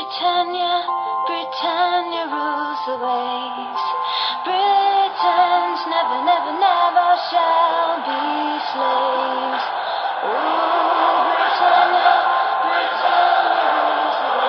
Britannia, Britannia rules the waves. Britons never, never, never shall be slaves. Oh, Britannia, Britannia rules the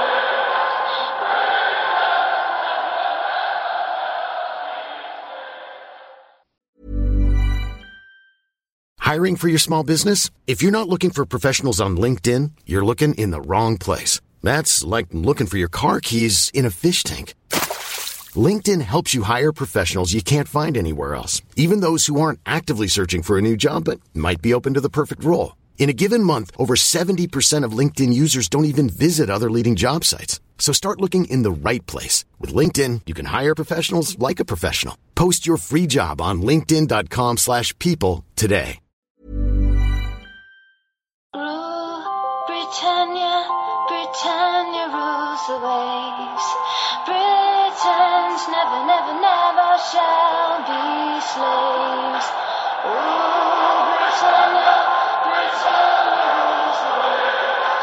waves. Hiring for your small business? If you're not looking for professionals on LinkedIn, you're looking in the wrong place. That's like looking for your car keys in a fish tank. LinkedIn helps you hire professionals you can't find anywhere else, even those who aren't actively searching for a new job but might be open to the perfect role. In a given month, over 70% of LinkedIn users don't even visit other leading job sites. So start looking in the right place. With LinkedIn, you can hire professionals like a professional. Post your free job on linkedin.com/people today. Britannia, Britannia rules the waves. Britons never, never, never shall be slaves. Oh, Britannia, Britannia rules the waves.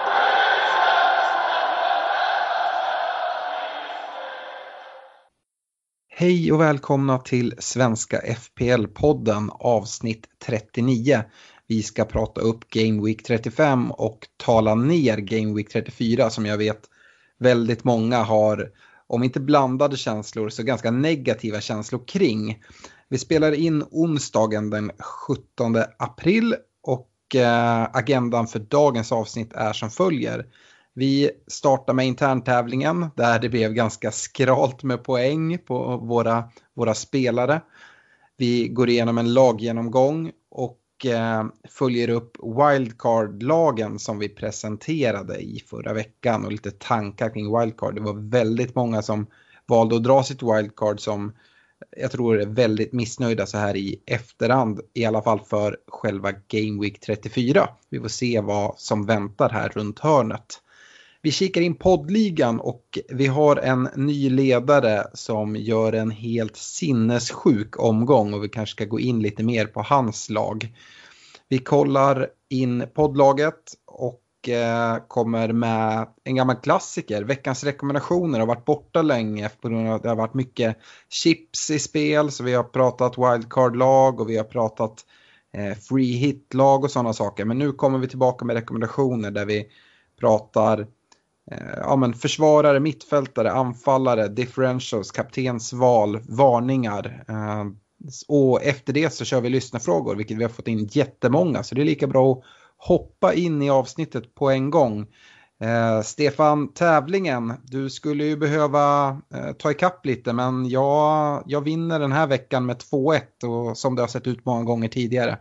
Hej och välkomna till Svenska FPL-podden avsnitt 39. Vi ska prata upp Game Week 35 och tala ner Game Week 34 som jag vet väldigt många har, om inte blandade känslor så ganska negativa känslor kring. Vi spelar in onsdagen den 17 april och agendan för dagens avsnitt är som följer. Vi startar med interntävlingen där det blev ganska skralt med poäng på våra spelare. Vi går igenom en laggenomgång och följer upp wildcard-lagen som vi presenterade i förra veckan och lite tankar kring wildcard. Det var väldigt många som valde att dra sitt wildcard som jag tror är väldigt missnöjda så här i efterhand, i alla fall för själva Game Week 34. Vi får se vad som väntar här runt hörnet. Vi kikar in poddligan och vi har en ny ledare som gör en helt sinnessjuk omgång och vi kanske ska gå in lite mer på hans lag. Vi kollar in poddlaget och kommer med en gammal klassiker. Veckans rekommendationer har varit borta länge på grund av att det har varit mycket chips i spel. Så vi har pratat wildcard-lag och vi har pratat free hit-lag och sådana saker. Men nu kommer vi tillbaka med rekommendationer där vi pratar försvarare, mittfältare, anfallare, differentials, kaptensval, varningar. Och efter det så kör vi lyssnarfrågor, vilket vi har fått in jättemånga. Så det är lika bra att hoppa in i avsnittet på en gång. Stefan, tävlingen, du skulle ju behöva ta ikapp lite, men jag vinner den här veckan med 2-1 och som det har sett ut många gånger tidigare.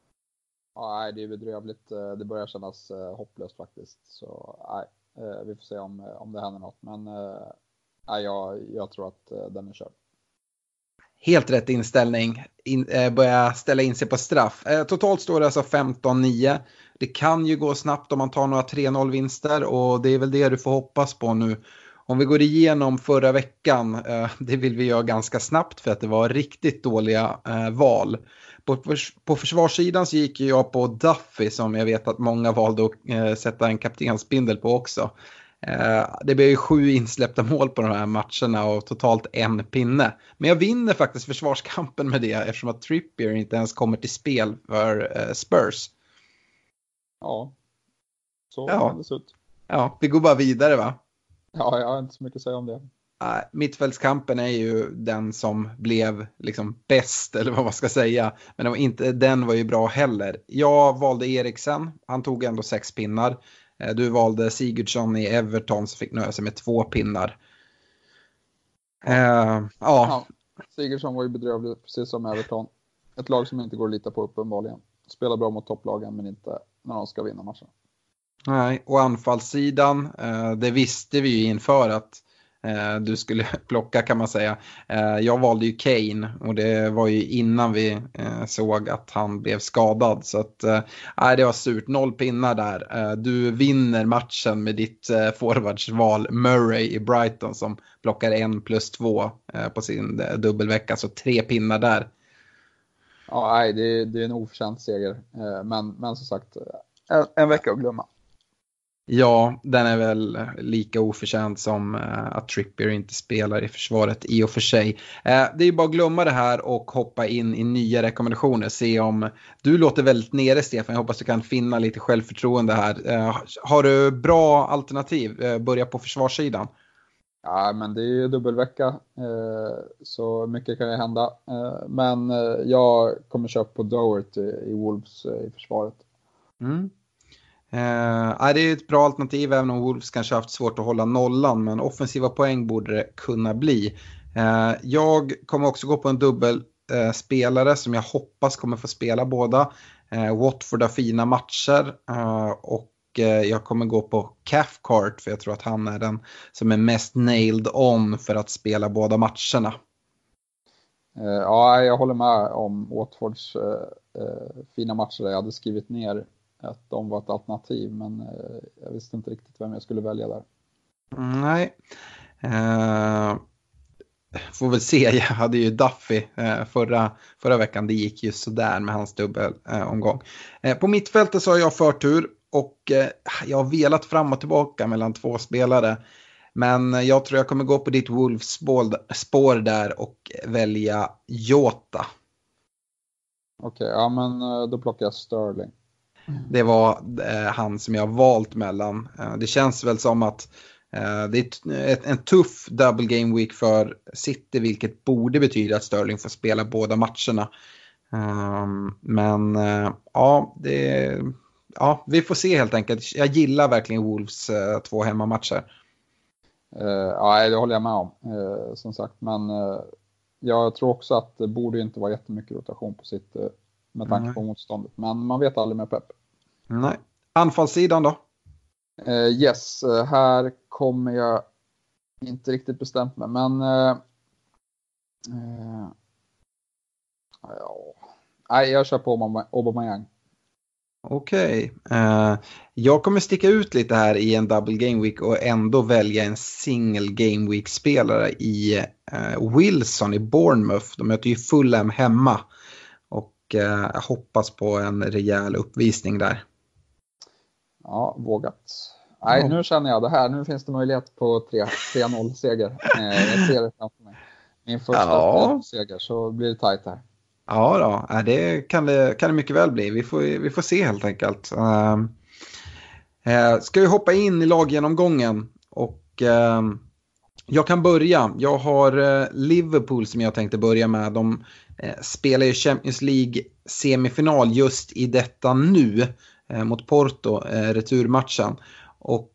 Ja, det är bedrövligt. Det börjar kännas hopplöst faktiskt. Så vi får se om det händer något. Men jag tror att den är körd. Helt rätt inställning. Börja ställa in sig på straff. Totalt står det alltså 15-9. Det kan ju gå snabbt om man tar några 3-0 vinster. Och det är väl det du får hoppas på nu. Om vi går igenom förra veckan. Det vill vi göra ganska snabbt för att det var riktigt dåliga val. På försvarssidan så gick jag på Duffy som jag vet att många valde att sätta en kaptensbindel på också. Det blev ju 7 insläppta mål på de här matcherna och totalt 1 pinne. Men jag vinner faktiskt försvarskampen med det eftersom att Trippier inte ens kommer till spel för Spurs. Ja, så kan det se ut. Ja, vi går bara vidare va? Ja, jag har inte så mycket att säga om det. Mittfältskampen är ju den som blev liksom bäst eller vad man ska säga. Men den var ju bra heller. Jag valde Eriksen, han tog ändå 6 pinnar. Du valde Sigurdsson i Everton som fick nöja sig med 2 pinnar. Ja, Sigurdsson var ju bedrövlig precis som Everton. Ett lag som inte går att lita på uppenbarligen. Spelar bra mot topplagen men inte när de ska vinna matchen. Nej, och anfallssidan, det visste vi ju inför att du skulle plocka kan man säga. Jag valde ju Kane och det var ju innan vi såg att han blev skadad. Så att det var surt, 0 pinnar där. Du vinner matchen med ditt forwardsval Murray i Brighton som plockar 1+2 på sin dubbelvecka. Så 3 pinnar där. Ja, det är en oförtjänt seger. Men som sagt, en vecka att glömma. Ja, den är väl lika oförtjänt som att Trippier inte spelar i försvaret i och för sig. Det är ju bara att glömma det här och hoppa in i nya rekommendationer. Se om du låter väldigt nere, Stefan. Jag hoppas du kan finna lite självförtroende här. Har du bra alternativ? Börja på försvarssidan. Ja, men det är ju dubbelvecka, så mycket kan ju hända. Men jag kommer köpa på Doherty i Wolves i försvaret. Det är ett bra alternativ, även om Wolves kanske haft svårt att hålla nollan, men offensiva poäng borde det kunna bli. Jag kommer också gå på en dubbelspelare som jag hoppas kommer få spela båda. Watford har fina matcher och jag kommer gå på Cathcart, för jag tror att han är den som är mest nailed on för att spela båda matcherna. Ja, jag håller med om Watfords fina matcher. Jag hade skrivit ner att de var ett alternativ, men jag visste inte riktigt vem jag skulle välja där. Nej. Får väl se, jag hade ju Duffy förra veckan. Det gick ju sådär med hans dubbelomgång. På mittfältet så har jag förtur och jag har velat fram och tillbaka mellan två spelare. Men jag tror jag kommer gå på ditt Wolves-spår där och välja Jota. Okej, ja, men då plockar jag Sterling. Det var han som jag valt mellan. Det känns väl som att det är en tuff double game week för City, vilket borde betyda att Sterling får spela båda matcherna. Men vi får se helt enkelt. Jag gillar verkligen Wolves 2 hemmamatcher. Ja, det håller jag med om, som sagt. Men jag tror också att det borde inte vara jättemycket rotation på sitt med tanke på motståndet. Men man vet aldrig med Pep. Nej. Anfallssidan då? Yes, här kommer jag inte riktigt bestämt mig. Men jag kör på Aubameyang. Okej. Jag kommer sticka ut lite här i en double game week och ändå välja en single game week spelare i Wilson i Bournemouth. De möter ju Fulham hemma och jag hoppas på en rejäl uppvisning där. Ja, vågat. Nej, nu känner jag det här. Nu finns det möjlighet på 3-0 seger. Jag ser det framför mig. Min första seger, så blir det tajt här. Ja då, det kan det mycket väl bli. Vi får se helt enkelt. Ska vi hoppa in i laggenomgången och jag kan börja. Jag har Liverpool som jag tänkte börja med. De spelar ju Champions League semifinal just i detta nu mot Porto, returmatchen. Och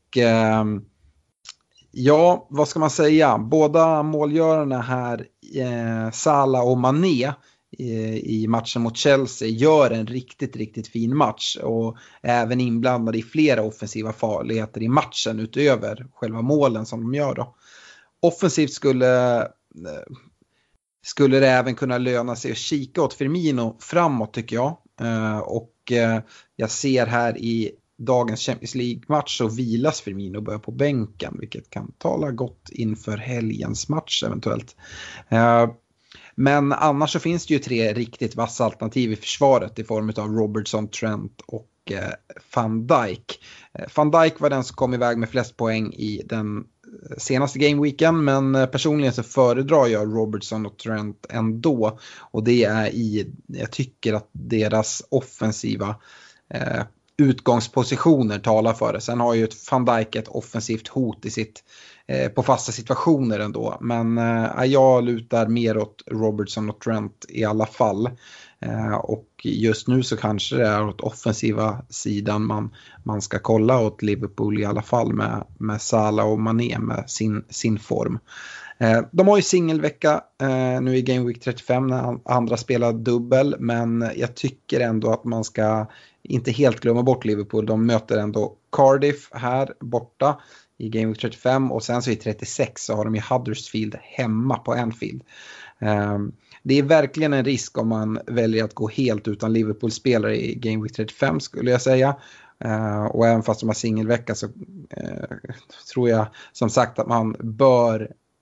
vad ska man säga? Båda målgörarna här, Salah och Mané, i matchen mot Chelsea gör en riktigt, riktigt fin match och även inblandade i flera offensiva farligheter i matchen utöver själva målen som de gör då. Offensivt skulle det även kunna löna sig att kika åt Firmino framåt, tycker jag. Och jag ser här i dagens Champions League-match så vilas Firmino och börjar på bänken, vilket kan tala gott inför helgens match eventuellt. Men annars så finns det ju 3 riktigt vassa alternativ i försvaret i form av Robertson, Trent och Van Dijk. Van Dijk var den som kom iväg med flest poäng i den senaste gameweeken, men personligen så föredrar jag Robertson och Trent ändå. Och det är jag tycker att deras offensiva utgångspositioner talar för det. Sen har ju Van Dijk ett offensivt hot i sitt på fasta situationer ändå. Men jag lutar mer åt Robertson och Trent i alla fall. Och just nu så kanske det är åt offensiva sidan man ska kolla åt Liverpool i alla fall med Salah och Mané med sin form. De har ju singelvecka nu i Game Week 35 när andra spelar dubbel, men jag tycker ändå att man ska inte helt glömma bort Liverpool. De möter ändå Cardiff här borta i Game Week 35 och sen så i 36 så har de ju Huddersfield hemma på Anfield. Det är verkligen en risk om man väljer att gå helt utan Liverpool-spelare i Game Week 35 skulle jag säga. Och även fast de har singelvecka så tror jag som sagt att man bör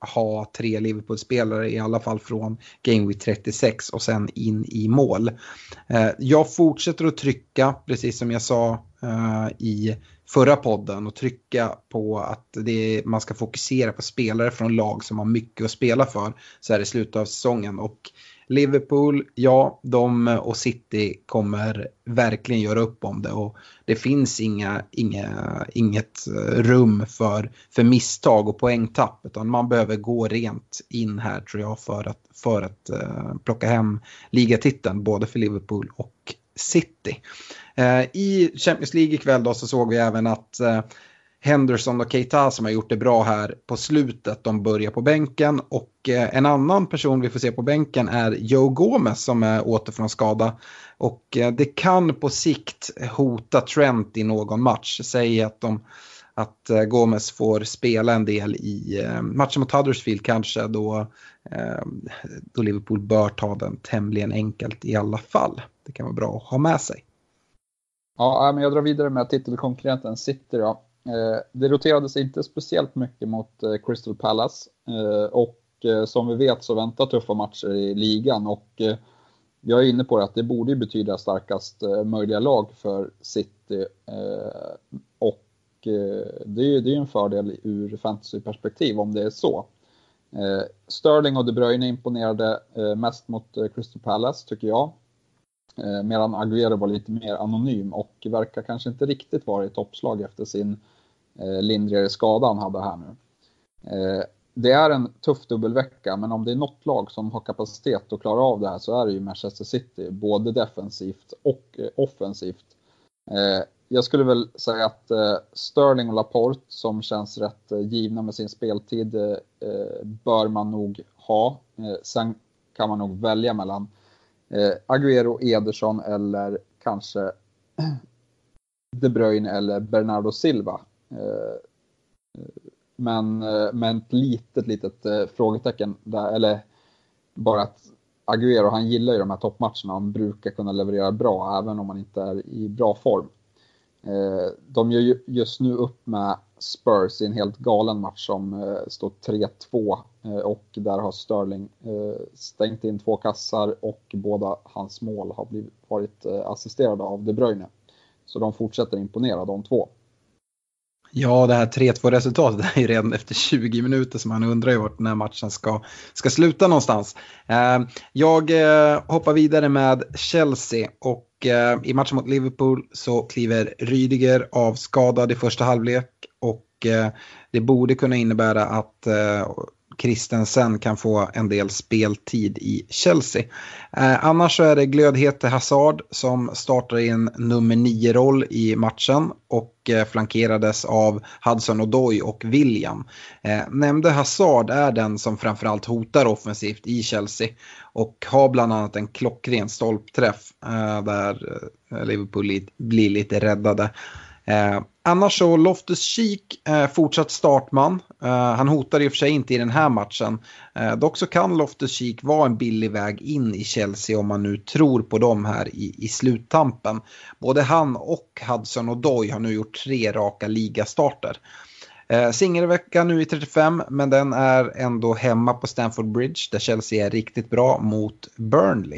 ha 3 Liverpool-spelare i alla fall från Game Week 36 och sen in i mål. Jag fortsätter att trycka, precis som jag sa i förra podden, och trycka på att man ska fokusera på spelare från lag som har mycket att spela för så här i slutet av säsongen. Och Liverpool, ja, de och City kommer verkligen göra upp om det, och det finns inget rum för misstag och poängtapp, utan man behöver gå rent in här, tror jag, för att plocka hem ligatiteln både för Liverpool och City. I Champions League ikväll då så såg vi även att Henderson och Keita, som har gjort det bra här på slutet, de börjar på bänken, och en annan person vi får se på bänken är Joe Gomez som är åter från skada, och det kan på sikt hota Trent i någon match. Säg att Gomez får spela en del i matchen mot Huddersfield kanske, då Liverpool bör ta den tämligen enkelt i alla fall. Det kan vara bra att ha med sig. Ja, men jag drar vidare med titelkonkurrenten City då. Det roterades inte speciellt mycket mot Crystal Palace, och som vi vet så väntar tuffa matcher i ligan, och jag är inne på att det borde betyda starkast möjliga lag för City, och det är en fördel ur fantasyperspektiv om det är så. Sterling och De Bruyne imponerade mest mot Crystal Palace, tycker jag. Medan Aguero var lite mer anonym och verkar kanske inte riktigt vara i toppslag efter sin lindrigare skada han hade här nu. Det är en tuff dubbelvecka, men om det är något lag som har kapacitet att klara av det här så är det ju Manchester City, både defensivt och offensivt. Jag skulle väl säga att Sterling och Laporte, som känns rätt givna med sin speltid, bör man nog ha. Sen kan man nog välja mellan Aguero, Ederson eller kanske De Bruyne eller Bernardo Silva. Men ett litet frågetecken där, eller bara att Aguero, han gillar ju de här toppmatcherna, han brukar kunna leverera bra även om man inte är i bra form. De gör just nu upp med Spurs i en helt galen match som står 3-2, och där har Sterling stängt in 2 kassar och båda hans mål har varit assisterade av De Bruyne. Så de fortsätter imponera, de två. Ja, det här 3-2-resultatet är ju redan efter 20 minuter, som man undrar ju vart den här matchen ska sluta någonstans. Jag hoppar vidare med Chelsea, och i matchen mot Liverpool så kliver Rüdiger av skadad i första halvlek, och det borde kunna innebära att Christensen kan få en del speltid i Chelsea. Annars så är det glödhete Hazard som startar i en nummer 9-roll i matchen, och flankerades av Hudson-Odoi och William. Nämnde Hazard är den som framförallt hotar offensivt i Chelsea, och har bland annat en klockren stolpträff där Liverpool blir lite räddade. Annars så Loftus-Cheek fortsatt startman. Han hotar i och för sig inte i den här matchen. Dock så kan Loftus-Cheek vara en billig väg in i Chelsea om man nu tror på dem här i sluttampen. Både han och Hudson-Odoi har nu gjort 3 raka ligastarter. Singelvecka nu i 35, men den är ändå hemma på Stamford Bridge där Chelsea är riktigt bra mot Burnley.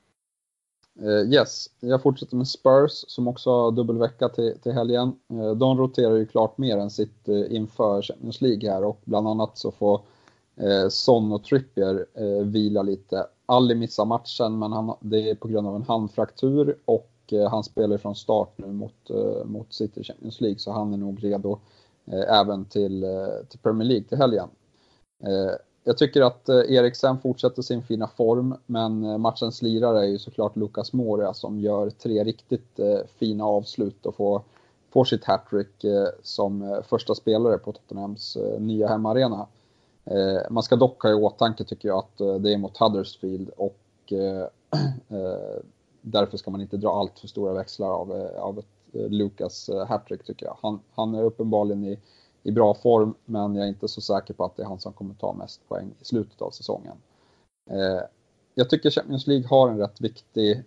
Yes, jag fortsätter med Spurs som också har dubbelvecka till helgen. De roterar ju klart mer än sitt inför Champions League här, och bland annat så får Son och Trippier vila lite. Ali missar matchen, men det är på grund av en handfraktur, och han spelar från start nu mot City Champions League, så han är nog redo även till Premier League till helgen. Jag tycker att Eriksen fortsätter sin fina form, men matchens lirare är ju såklart Lucas Moura som gör 3 riktigt fina avslut och får sitt hattrick som första spelare på Tottenhams nya hemmaarena. Man ska dock ha i åtanke, tycker jag, att det är mot Huddersfield, och därför ska man inte dra allt för stora växlar av ett Lucas hattrick, tycker jag. Han är uppenbarligen i bra form, men jag är inte så säker på att det är han som kommer ta mest poäng i slutet av säsongen. Jag tycker Champions League har en rätt viktig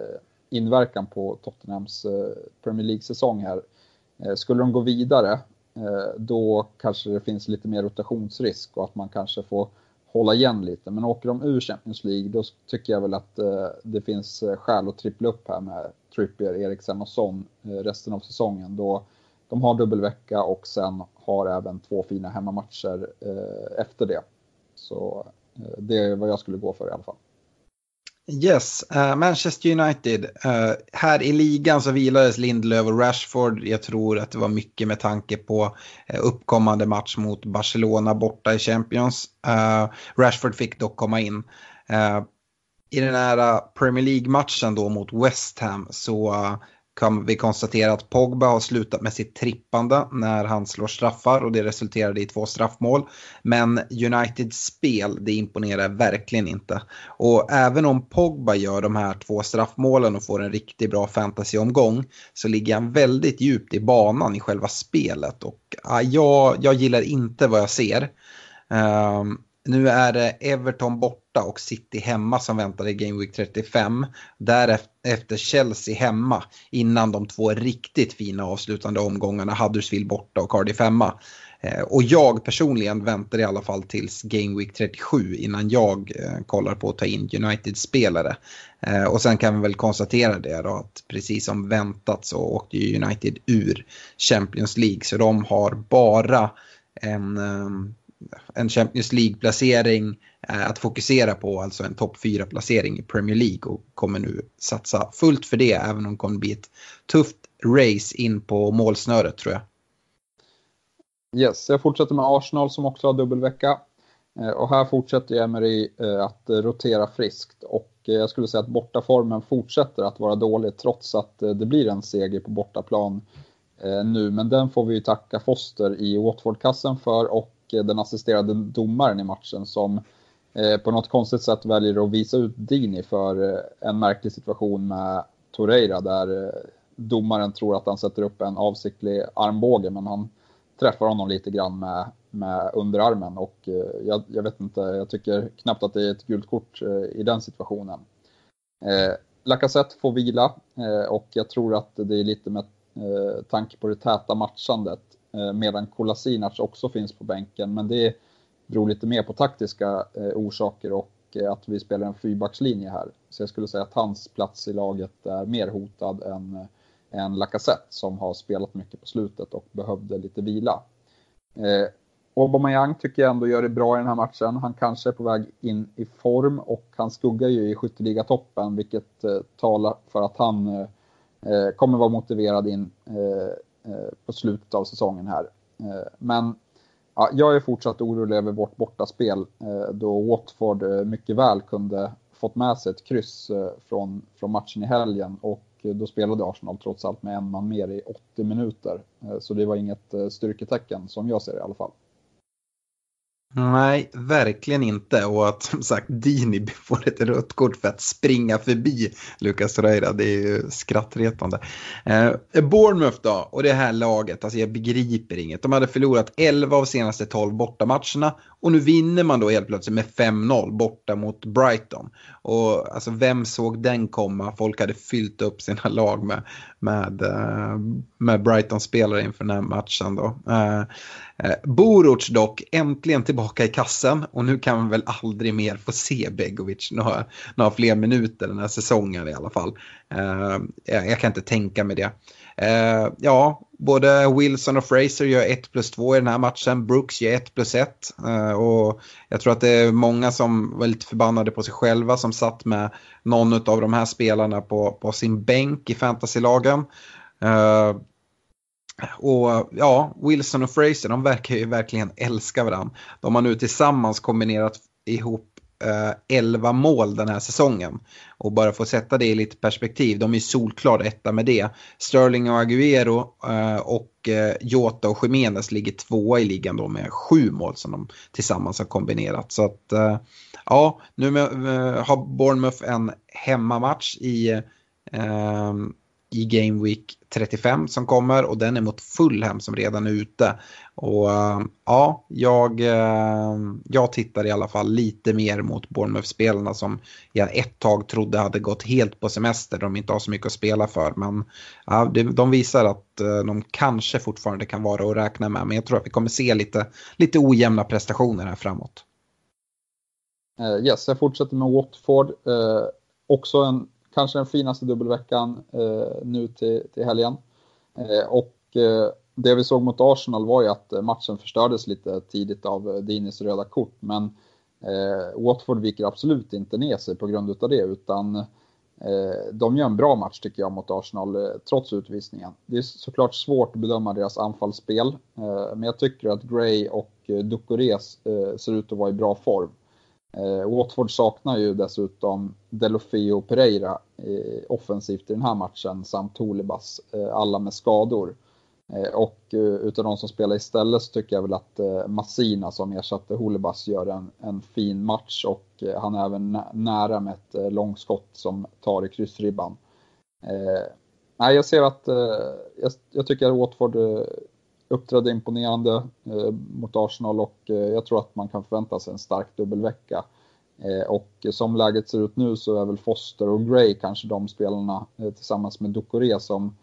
inverkan på Tottenhams Premier League-säsong här. Skulle de gå vidare då kanske det finns lite mer rotationsrisk och att man kanske får hålla igen lite. Men åker de ur Champions League, då tycker jag väl att det finns skäl att trippla upp här med Trippier, Eriksen och Son resten av säsongen. Då de har dubbelvecka och sen har även 2 fina hemmamatcher efter det. Så det är vad jag skulle gå för i alla fall. Yes, Manchester United. Här i ligan så vilades Lindelöf och Rashford. Jag tror att det var mycket med tanke på uppkommande match mot Barcelona borta i Champions. Rashford fick dock komma in. I den här Premier League-matchen då mot West Ham så kan vi konstatera att Pogba har slutat med sitt trippande när han slår straffar och det resulterade i 2 straffmål. Men Uniteds spel, det imponerar verkligen inte. Och även om Pogba gör de här 2 straffmålen och får en riktigt bra fantasyomgång så ligger han väldigt djupt i banan i själva spelet. Och jag gillar inte vad jag ser. Nu är det Everton borta och City hemma som väntar i Game Week 35. Därefter Chelsea hemma innan de 2 riktigt fina avslutande omgångarna, Huddersfield borta och Cardiff hemma. Och jag personligen väntar i alla fall tills Game Week 37 innan jag kollar på att ta in United-spelare. Och sen kan vi väl konstatera det då, att precis som väntat så åkte ju United ur Champions League. Så de har bara en Champions League-placering att fokusera på, alltså en topp 4-placering i Premier League, och kommer nu satsa fullt för det, även om det kommer bli ett tufft race in på målsnöret tror jag. Yes, jag fortsätter med Arsenal som också har dubbelvecka. Och här fortsätter Emery att rotera friskt. Och jag skulle säga att bortaformen fortsätter att vara dålig trots att det blir en seger på bortaplan nu. Men den får vi ju tacka Foster i Watford-kassen för, och den assisterade domaren i matchen som på något konstigt sätt väljer att visa ut Dini för en märklig situation med Torreira där domaren tror att han sätter upp en avsiktlig armbåge, men han träffar honom lite grann med underarmen, och jag vet inte, jag tycker knappt att det är ett gult kort i den situationen. Lacazette får vila och jag tror att det är lite med tanke på det täta matchandet, medan Kolasinac också finns på bänken, men det beror lite mer på taktiska orsaker och att vi spelar en 4-backslinje här. Så jag skulle säga att hans plats i laget är mer hotad än Lacazette som har spelat mycket på slutet och behövde lite vila. Aubameyang tycker jag ändå gör det bra i den här matchen. Han kanske är på väg in i form och han skuggar ju i skytteliga-toppen, vilket talar för att han kommer vara motiverad in på slutet av säsongen här. Men ja, jag är fortsatt orolig över vårt bortaspel då Watford mycket väl kunde fått med sig ett kryss från matchen i helgen, och då spelade Arsenal trots allt med en man mer i 80 minuter. Så det var inget styrketecken som jag ser det i alla fall. Nej, verkligen inte. Och att som sagt Dini får ett rött kort för att springa förbi Lucas Torreira, det är ju skrattretande. Bournemouth då, och det här laget, alltså jag begriper inget. De hade förlorat 11 av senaste 12 bortamatcherna och nu vinner man då helt plötsligt med 5-0 borta mot Brighton. Och alltså vem såg den komma? Folk hade fyllt upp sina lag med Brighton-spelare inför den här matchen då. Boruc dock äntligen tillbaka i kassen, och nu kan man väl aldrig mer få se Begovic några fler minuter den här säsongen i alla fall. Jag kan inte tänka mig det. Ja, både Wilson och Fraser gör 1+2 i den här matchen. Brooks gör 1+1. Och jag tror att det är många som var lite förbannade på sig själva som satt med någon av de här spelarna på sin bänk i fantasylagen. Och ja, Wilson och Fraser, de verkar ju verkligen älska varandra. De har nu tillsammans kombinerat ihop 11 mål den här säsongen. Och bara för att sätta det i lite perspektiv, de är solklara etta med det. Sterling och Aguero och Jota och Jimenez ligger 2 i ligan då med 7 mål som de tillsammans har kombinerat. Så att ja, nu har Bournemouth en hemmamatch i Game Week 35 som kommer, och den är mot Fulham som redan är ute. Och ja, jag tittar i alla fall lite mer mot Bournemouth-spelarna som jag ett tag trodde hade gått helt på semester. De inte har så mycket att spela för, men ja, de visar att de kanske fortfarande kan vara att räkna med. Men jag tror att vi kommer se lite ojämna prestationer här framåt. Yes, jag fortsätter med Watford. Också kanske den finaste dubbelveckan nu till helgen. Och det vi såg mot Arsenal var ju att matchen förstördes lite tidigt av Dinis röda kort. Men Watford viker absolut inte ner sig på grund av det, utan de gör en bra match tycker jag mot Arsenal trots utvisningen. Det är såklart svårt att bedöma deras anfallsspel, men jag tycker att Gray och Doucouré ser ut att vara i bra form. Watford saknar ju dessutom Delofeo och Pereira offensivt i den här matchen, samt Holebas, alla med skador. Och utav de som spelar istället så tycker jag väl att Massina som ersatte Holebas gör en fin match, och han är även nära med ett långskott som tar i kryssribban. Nej, jag ser att jag tycker att Watford uppträdde imponerande mot Arsenal, och jag tror att man kan förvänta sig en stark dubbelvecka. Och som läget ser ut nu så är väl Foster och Gray kanske de spelarna tillsammans med Doucouré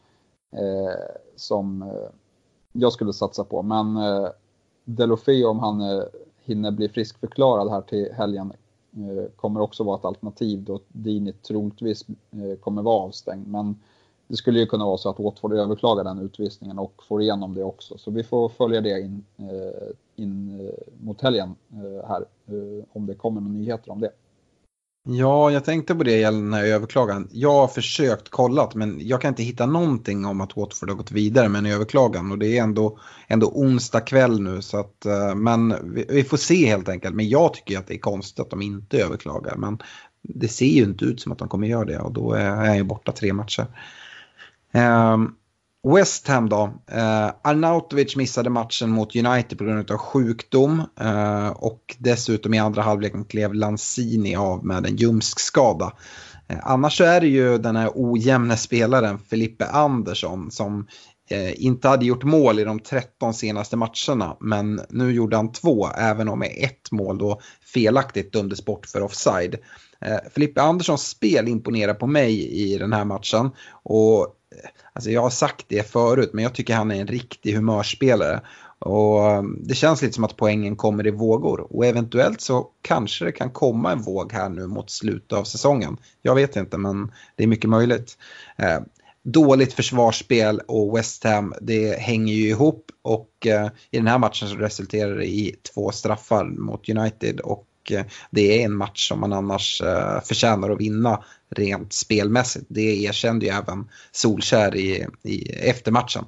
som jag skulle satsa på. Men Delofeo, om han hinner bli friskförklarad här till helgen, kommer också vara ett alternativ då Dini troligtvis kommer vara avstängd. Men det skulle ju kunna vara så att Watford överklagar den utvisningen och får igenom det också. Så vi får följa det in mot helgen här, om det kommer några nyheter om det. Ja, jag tänkte på det gällande den här överklagan. Jag har försökt kollat, men jag kan inte hitta någonting om att Watford har gått vidare med en överklagan. Och det är ändå onsdag kväll nu, så att, men vi får se helt enkelt. Men jag tycker att det är konstigt att de inte överklagar. Men det ser ju inte ut som att de kommer göra det, och då är jag ju borta 3 matcher. West Ham då. Arnautovic missade matchen mot United på grund av sjukdom, och dessutom i andra halvleken klev Lanzini av med en ljumskskada. Annars så är det ju den här ojämna spelaren Felipe Andersson som inte hade gjort mål i de 13 senaste matcherna, men nu gjorde han 2, även om med 1 mål då felaktigt dömdes bort för offside. Felipe Anderssons spel imponerar på mig i den här matchen, och alltså jag har sagt det förut, men jag tycker han är en riktig humörspelare, och det känns lite som att poängen kommer i vågor, och eventuellt så kanske det kan komma en våg här nu mot slutet av säsongen. Jag vet inte, men det är mycket möjligt. Dåligt försvarsspel och West Ham, det hänger ju ihop, och i den här matchen så resulterar det i 2 straffar mot United, och det är en match som man annars förtjänar att vinna rent spelmässigt. Det erkände ju även Solskär i eftermatchen.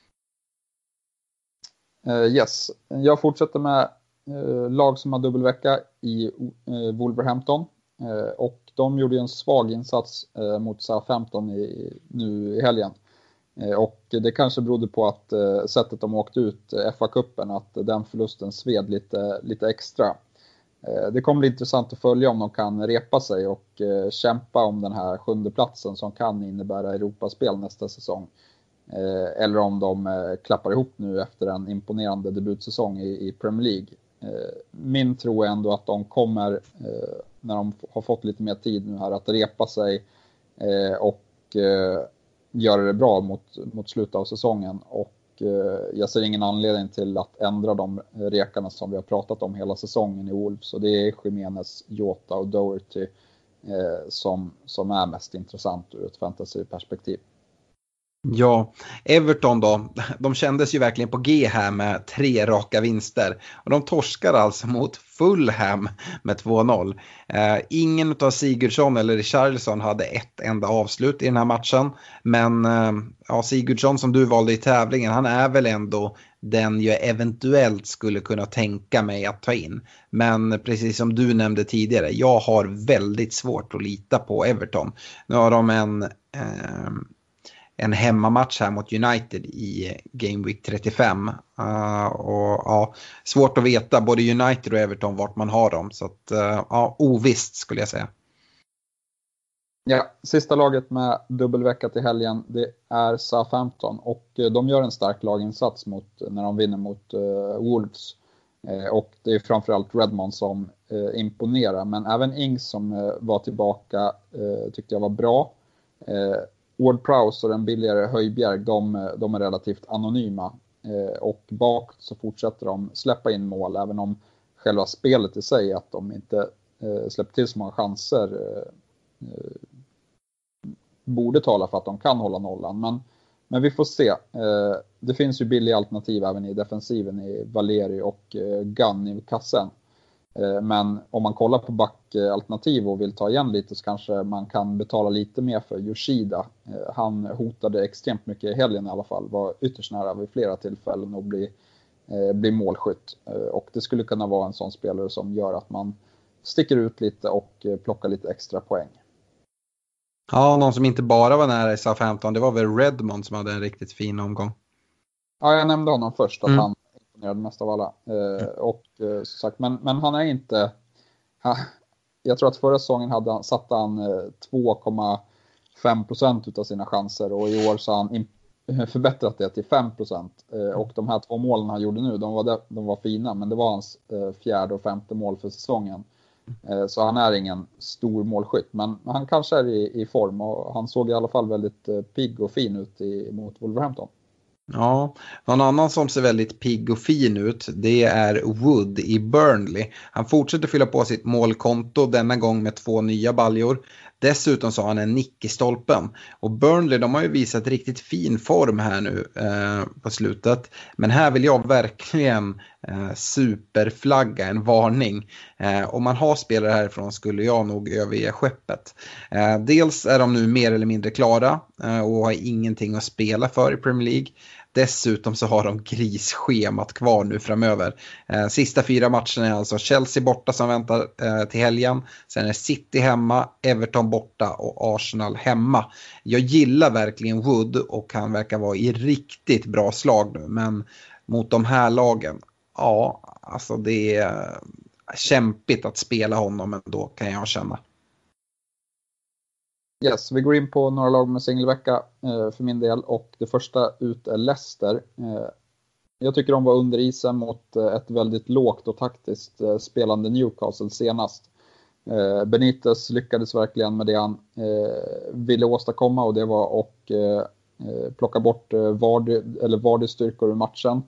Yes, jag fortsätter med lag som har dubbelvecka i Wolverhampton, och de gjorde en svag insats mot Southampton nu i helgen. Och det kanske berodde på att sättet de åkte ut FA-cupen, att den förlusten sved lite extra. Det kommer bli intressant att följa om de kan repa sig och kämpa om den här 7:e platsen som kan innebära Europaspel nästa säsong. Eller om de klappar ihop nu efter en imponerande debutsäsong i Premier League. Min tro är ändå att de kommer, när de har fått lite mer tid nu här, att repa sig och göra det bra mot slutet av säsongen. Och jag ser ingen anledning till att ändra de rekarna som vi har pratat om hela säsongen i Wolves. Så det är Jimenez, Jota och Doherty som är mest intressant ur ett fantasyperspektiv. Ja, Everton då, de kändes ju verkligen på G här med 3 raka vinster, och de torskar alltså mot Fulham med 2-0. Ingen av Sigurdsson eller Richarlison hade ett enda avslut i den här matchen, men Sigurdsson som du valde i tävlingen, han är väl ändå den jag eventuellt skulle kunna tänka mig att ta in. Men precis som du nämnde tidigare, jag har väldigt svårt att lita på Everton. Nu har de en hemmamatch här mot United i Game Week 35. Svårt att veta både United och Everton vart man har dem. Så att, ovisst skulle jag säga. Ja, sista laget med dubbelvecka till helgen, det är Southampton och de gör en stark laginsats när de vinner mot Wolves. Och det är framförallt Redmond som imponerar, men även Ings som var tillbaka tyckte jag var bra. Ward-Prowse och den billigare Højbjerg, de är relativt anonyma. Och bak så fortsätter de släppa in mål, även om själva spelet i sig, att de inte släpper till så många chanser, borde tala för att de kan hålla nollan. Men vi får se. Det finns ju billiga alternativ även i defensiven i Valeri och Gunn i kassen. Men om man kollar på backalternativ och vill ta igen lite, så kanske man kan betala lite mer för Yoshida. Han hotade extremt mycket i helgen i alla fall. Var ytterst nära vid flera tillfällen att bli målskytt. Och det skulle kunna vara en sån spelare som gör att man sticker ut lite och plockar lite extra poäng. Ja, någon som inte bara var nära i Southampton, det var väl Redmond som hade en riktigt fin omgång. Ja, jag nämnde honom först, att han imponerade mest av alla. Och som sagt, men han är inte... Jag tror att förra säsongen satte han 2,5% utav sina chanser, och i år så har han förbättrat det till 5%. Och de här 2 målen han gjorde nu, de var fina, men det var hans 4:e och 5:e mål för säsongen. Så han är ingen stor målskytt, men han kanske är i form, och han såg i alla fall väldigt pigg och fin ut mot Wolverhampton. Ja, någon annan som ser väldigt pigg och fin ut, det är Wood i Burnley. Han fortsätter fylla på sitt målkonto, denna gång med 2 nya baljor. Dessutom så har han en nick i stolpen. Och Burnley, de har ju visat riktigt fin form här nu på slutet. Men här vill jag verkligen superflagga, en varning. Om man har spelare härifrån skulle jag nog överge skeppet. Dels är de nu mer eller mindre klara och har ingenting att spela för i Premier League. Dessutom så har de grisschemat kvar nu framöver. Sista 4 matcherna är alltså Chelsea borta som väntar till helgen. Sen är City hemma, Everton borta och Arsenal hemma. Jag gillar verkligen Wood och han verkar vara i riktigt bra slag nu. Men mot de här lagen, ja, alltså det är kämpigt att spela honom ändå, kan jag känna. Yes, vi går in på några lag med singelvecka för min del, och det första ut är Leicester. Jag tycker de var under isen mot ett väldigt lågt och taktiskt spelande Newcastle senast. Benitez lyckades verkligen med det han ville åstadkomma, och det var att plocka bort Vardys styrkor ur matchen.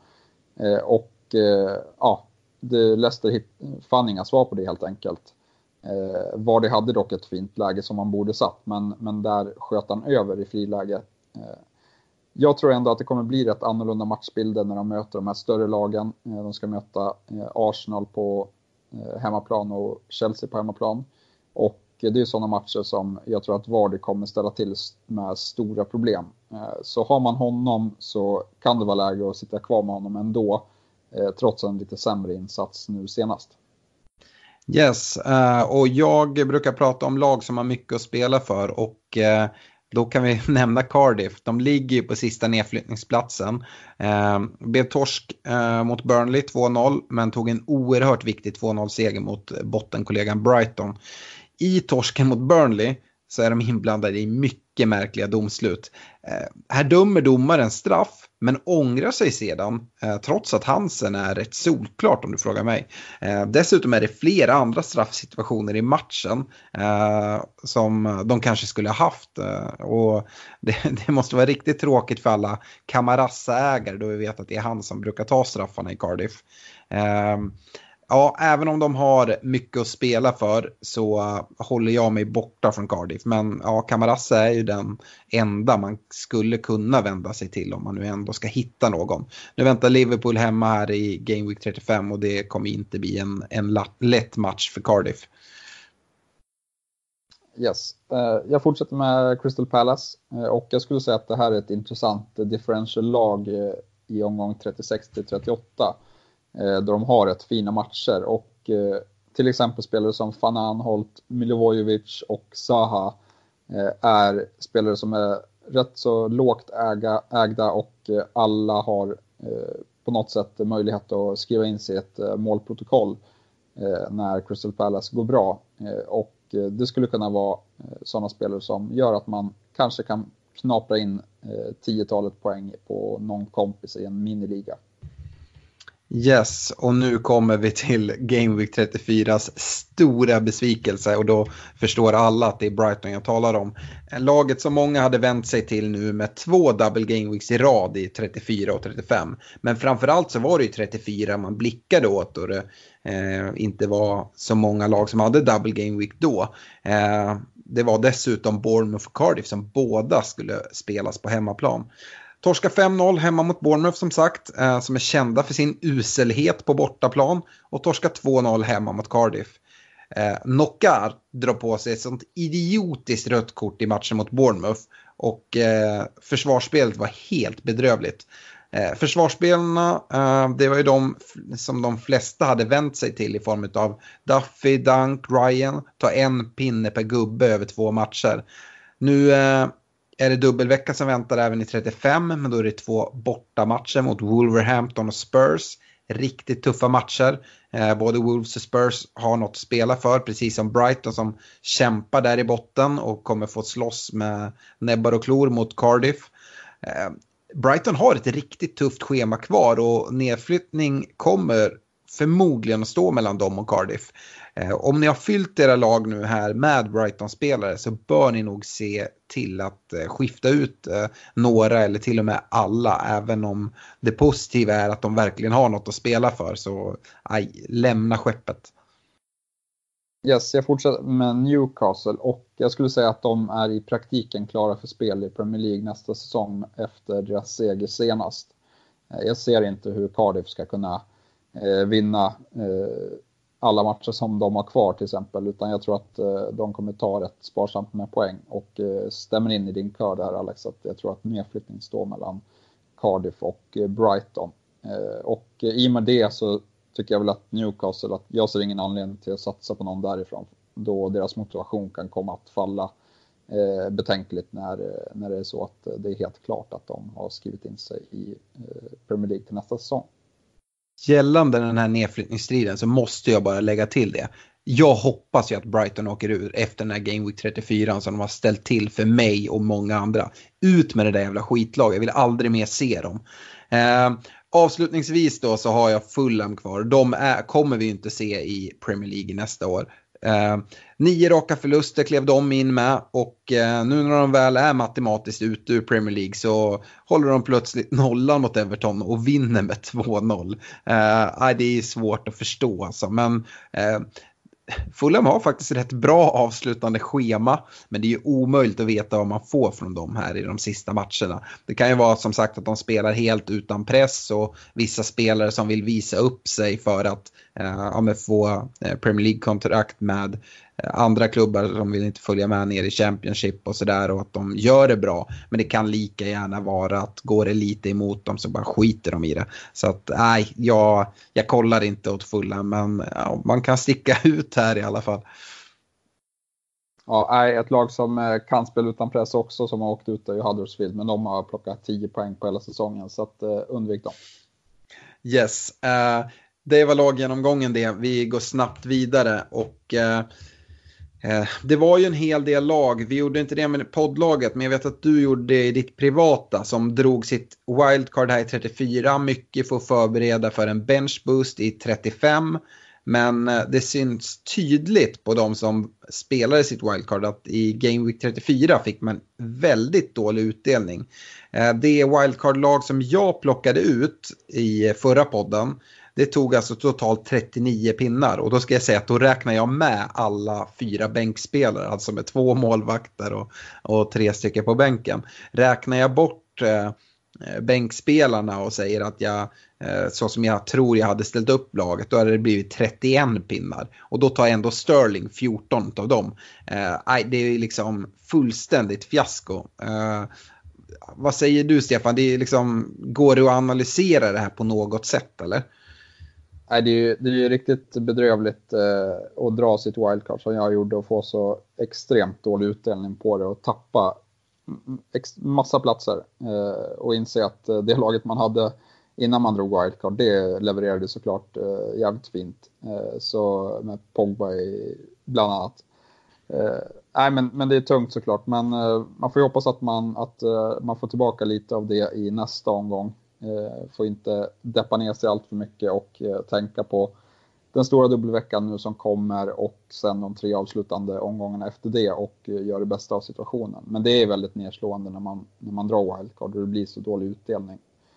Leicester fann inga svar på det helt enkelt. Vardy hade dock ett fint läge som han borde satt, men där sköt han över i friläge. Jag tror ändå att det kommer bli rätt annorlunda matchbilder när de möter de här större lagen. De ska möta Arsenal på hemmaplan och Chelsea på hemmaplan. Och det är sådana matcher som jag tror att Vardy kommer ställa till med stora problem. Så har man honom så kan det vara läge att sitta kvar med honom ändå, trots en lite sämre insats nu senast. Yes, och jag brukar prata om lag som har mycket att spela för, och då kan vi nämna Cardiff. De ligger på sista nedflyttningsplatsen. Blev torsk mot Burnley 2-0, men tog en oerhört viktig 2-0-seger mot bottenkollegan Brighton. I torsken mot Burnley så är de inblandade i mycket märkliga domslut. Här dömer domaren straff, men ångrar sig sedan, trots att Hansen är rätt solklart om du frågar mig. Dessutom är det flera andra straffsituationer i matchen som de kanske skulle ha haft. Och det måste vara riktigt tråkigt för alla Camarasa-ägare, då vi vet att det är han som brukar ta straffarna i Cardiff. Ja, även om de har mycket att spela för så håller jag mig borta från Cardiff. Men ja, Camarasa är ju den enda man skulle kunna vända sig till om man nu ändå ska hitta någon. Nu väntar Liverpool hemma här i Game Week 35 och det kommer inte bli en lätt match för Cardiff. Yes, jag fortsätter med Crystal Palace, och jag skulle säga att det här är ett intressant differential-lag i omgång 36-38. Då de har rätt fina matcher, och till exempel spelare som Van Aanholt, Milivojevic och Zaha är spelare som är rätt så lågt ägda, och alla har på något sätt möjlighet att skriva in sig ett målprotokoll när Crystal Palace går bra. Och det skulle kunna vara sådana spelare som gör att man kanske kan knapra in 10-talet poäng på någon kompis i en miniliga. Yes, och nu kommer vi till Game Week 34s stora besvikelse, och då förstår alla att det är Brighton jag talar om. Laget som många hade vänt sig till nu med 2 double Game Weeks i rad i 34 och 35. Men framförallt så var det ju 34 man blickade åt, och det inte var så många lag som hade double Game Week då. Det var dessutom Bournemouth och Cardiff som båda skulle spelas på hemmaplan. Torska 5-0 hemma mot Bournemouth som sagt, som är kända för sin uselhet på bortaplan. Och torska 2-0 hemma mot Cardiff. Knockar drar på sig ett sånt idiotiskt rött kort i matchen mot Bournemouth. Och försvarsspelet var helt bedrövligt. Försvarsspelarna, det var ju de som de flesta hade vänt sig till i form av Duffy, Dunk, Ryan. Ta en pinne per gubbe över 2 matcher. Nu är det dubbelvecka som väntar även i 35, men då är det 2 bortamatcher mot Wolverhampton och Spurs. Riktigt tuffa matcher. Både Wolves och Spurs har något att spela för, precis som Brighton som kämpar där i botten och kommer få slåss med näbbar och klor mot Cardiff. Brighton har ett riktigt tufft schema kvar, och nedflyttning kommer förmodligen att stå mellan dem och Cardiff. Om ni har fyllt era lag nu här med Brighton-spelare så bör ni nog se till att skifta ut några eller till och med alla, även om det positiva är att de verkligen har något att spela för. Så lämna skeppet. Yes, jag fortsätter med Newcastle, och jag skulle säga att de är i praktiken klara för spel i Premier League nästa säsong efter deras seger senast. Jag ser inte hur Cardiff ska kunna vinna alla matcher som de har kvar till exempel, utan jag tror att de kommer ta rätt sparsamt med poäng, och stämmer in i din kör där Alex, att jag tror att nedflyttning står mellan Cardiff och Brighton. Och i och med det så tycker jag väl att Newcastle, att jag ser ingen anledning till att satsa på någon därifrån, då deras motivation kan komma att falla betänkligt när det är så att det är helt klart att de har skrivit in sig i Premier League till nästa säsong. Gällande den här nedflyttningsstriden så måste jag bara lägga till det. Jag hoppas ju att Brighton åker ur efter den här Game Week 34 som de har ställt till för mig och många andra. Ut med det där jävla skitlaget. Jag vill aldrig mer se dem. Avslutningsvis då så har jag Fulham kvar. De kommer vi inte se i Premier League nästa år. 9 raka förluster klev de in med, och nu när de väl är matematiskt ute ur Premier League så håller de plötsligt nollan mot Everton och vinner med 2-0. Det är svårt att förstå alltså, men Fulham har faktiskt rätt bra avslutande schema, men det är ju omöjligt att veta vad man får från dem här i de sista matcherna. Det kan ju vara som sagt att de spelar helt utan press, och vissa spelare som vill visa upp sig för att få Premier League-kontrakt med andra klubbar som vill inte följa med ner i Championship och sådär, och att de gör det bra. Men det kan lika gärna vara att går det lite emot dem så bara skiter de i det. Så att jag kollar inte åt fulla, men man kan sticka ut här i alla fall. Ja, ett lag som kan spela utan press också som har åkt ut är ju Huddersfield, men de har plockat 10 poäng på hela säsongen, så att undvik dem. Yes, det var laggenomgången det. Vi går snabbt vidare, och det var ju en hel del lag. Vi gjorde inte det med poddlaget, men jag vet att du gjorde det i ditt privata, som drog sitt wildcard här i 34. Mycket för att förbereda för en benchboost i 35. Men det syns tydligt på de som spelade sitt wildcard att i Game Week 34 fick man väldigt dålig utdelning. Det wildcard-lag som jag plockade ut i förra podden, det tog alltså totalt 39 pinnar, och då ska jag säga att då räknar jag med alla 4 bänkspelare, alltså med 2 målvakter och 3 stycken på bänken. Räknar jag bort bänkspelarna och säger att jag så som jag tror jag hade ställt upp laget, då hade det blivit 31 pinnar, och då tar jag ändå Sterling 14 av dem. Det är liksom fullständigt fiasko. Vad säger du, Stefan? Det är liksom, går det att analysera det här på något sätt eller? Nej, det är ju riktigt bedrövligt att dra sitt wildcard som jag gjorde och få så extremt dålig utdelning på det och tappa massa platser och inse att det laget man hade innan man drog wildcard, det levererade såklart jävligt fint. Så med Pogba bland annat. Nej, men det är tungt såklart. Men man får ju hoppas att man får tillbaka lite av det i nästa omgång. Får inte deppa ner sig allt för mycket och tänka på den stora dubbelveckan nu som kommer och sen de 3 avslutande omgångarna efter det och gör det bästa av situationen. Men det är väldigt nedslående när man drar wildcard och det blir så dålig utdelning.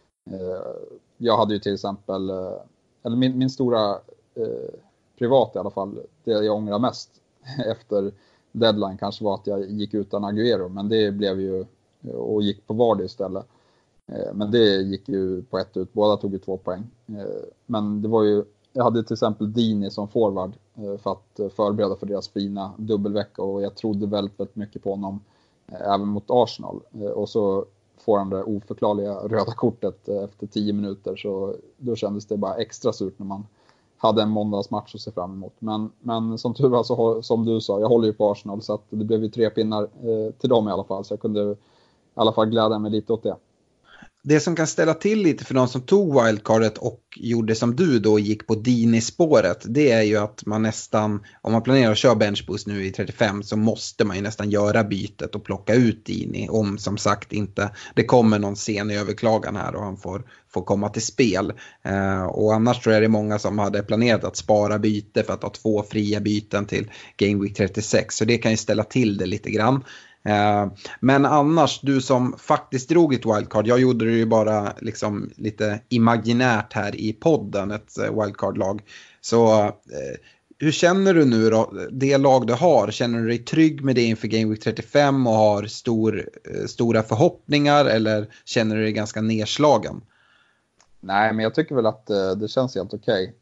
Jag hade ju till exempel, eller min stora privat i alla fall, det jag ångrar mest efter deadline kanske var att jag gick utan Agüero, men det blev ju och gick på Vardy istället. Men det gick ju på 1 ut, båda tog ju 2 poäng. Men det var ju, jag hade till exempel Dini som forward för att förbereda för deras fina dubbelvecka och jag trodde väldigt, väldigt mycket på honom även mot Arsenal. Och så får han det oförklarliga röda kortet efter 10 minuter, så då kändes det bara extra surt när man hade en måndagsmatch att se fram emot. Men som tur var, så, som du sa, jag håller ju på Arsenal så att det blev ju 3 pinnar till dem i alla fall, så jag kunde i alla fall glädja mig lite åt det. Det som kan ställa till lite för de som tog wildcardet och gjorde som du då, gick på Dini-spåret, det är ju att man nästan, om man planerar att köra benchboost nu i 35, så måste man ju nästan göra bytet och plocka ut Dini, om som sagt inte det kommer någon sen i överklagan här och han får komma till spel. Och annars tror jag det är många som hade planerat att spara byte för att ha 2 fria byten till Game Week 36, så det kan ju ställa till det lite grann. Men annars, du som faktiskt drog ett wildcard, jag gjorde det ju bara liksom lite imaginärt här i podden, ett wildcard-lag. Så hur känner du nu då, det lag du har? Känner du dig trygg med det inför Game Week 35 och har stora förhoppningar, eller känner du dig ganska nedslagen? Nej, men jag tycker väl att det känns helt okej.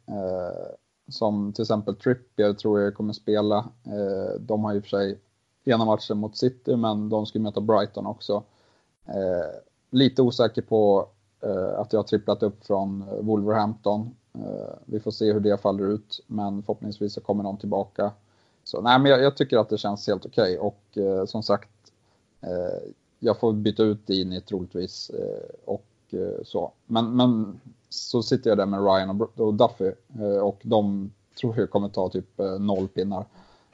Som till exempel Trippier tror jag kommer spela. De har ju för sig ena matchen mot City, men de ska möta Brighton också. Lite osäker på att jag har tripplat upp från Wolverhampton. Vi får se hur det faller ut, men förhoppningsvis så kommer någon tillbaka. Så nej, men jag tycker att det känns helt okej. Och som sagt, jag får byta ut Dini troligtvis och så. Men så sitter jag där med Ryan och Duffy och de tror jag kommer ta typ 0 pinnar.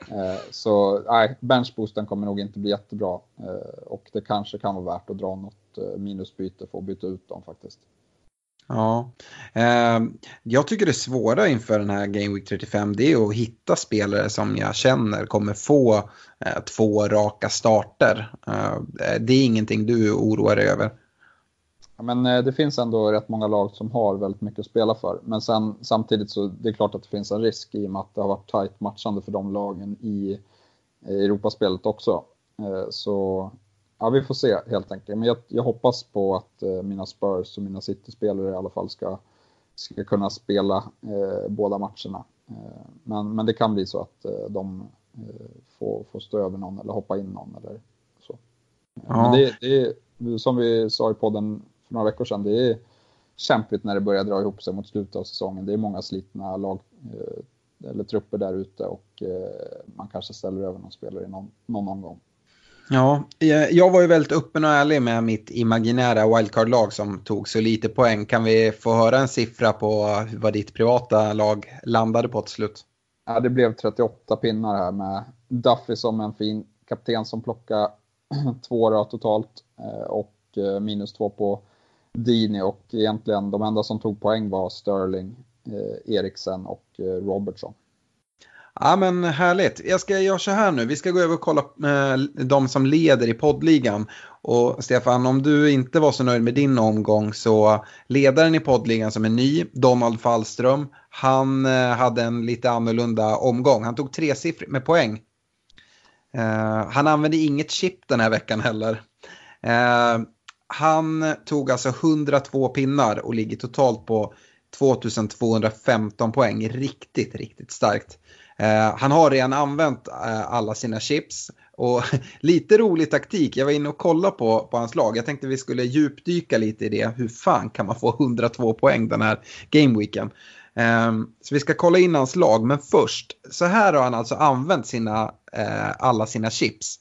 Så nej, benchboosten kommer nog inte bli jättebra och det kanske kan vara värt att dra något minusbyte för att byta ut dem faktiskt. Ja, jag tycker det svåra inför den här Game Week 35, det är att hitta spelare som jag känner kommer få 2 raka starter. Det är ingenting du oroar dig över? Ja, men det finns ändå rätt många lag som har väldigt mycket att spela för. Men sen, samtidigt så det är klart att det finns en risk i och med att det har varit tajt matchande för de lagen i Europaspelet också. Så ja, vi får se helt enkelt. Men jag hoppas på att mina Spurs och mina City-spelare i alla fall ska kunna spela båda matcherna. Men det kan bli så att de får stå över någon eller hoppa in någon eller så. Ja. Men det är som vi sa i podden för några veckor sedan, det är kämpigt när det börjar dra ihop sig mot slutet av säsongen. Det är många slitna lag eller trupper där ute och man kanske ställer över någon spelare i någon omgång. Ja, jag var ju väldigt öppen och ärlig med mitt imaginära wildcard-lag som tog så lite poäng. Kan vi få höra en siffra på vad ditt privata lag landade på till slut? Ja, det blev 38 pinnar här med Duffy som en fin kapten som plockade 2 då totalt och -2 på Dini, och egentligen de enda som tog poäng var Sterling, Eriksen och Robertson. Ja, men härligt. Jag gör så här nu. Vi ska gå över och kolla de som leder i poddligan. Och Stefan, om du inte var så nöjd med din omgång, så ledaren i poddligan som är ny, Donald Fallström, han hade en lite annorlunda omgång. Han tog 3 siffror med poäng. Han använde inget chip den här veckan heller. Han tog alltså 102 pinnar och ligger totalt på 2215 poäng. Riktigt, riktigt starkt. Han har redan använt alla sina chips. Och lite rolig taktik. Jag var inne och kollade på hans lag. Jag tänkte vi skulle djupdyka lite i det. Hur fan kan man få 102 poäng den här gameweeken? Så vi ska kolla in hans lag. Men först, så här har han alltså använt alla sina chips.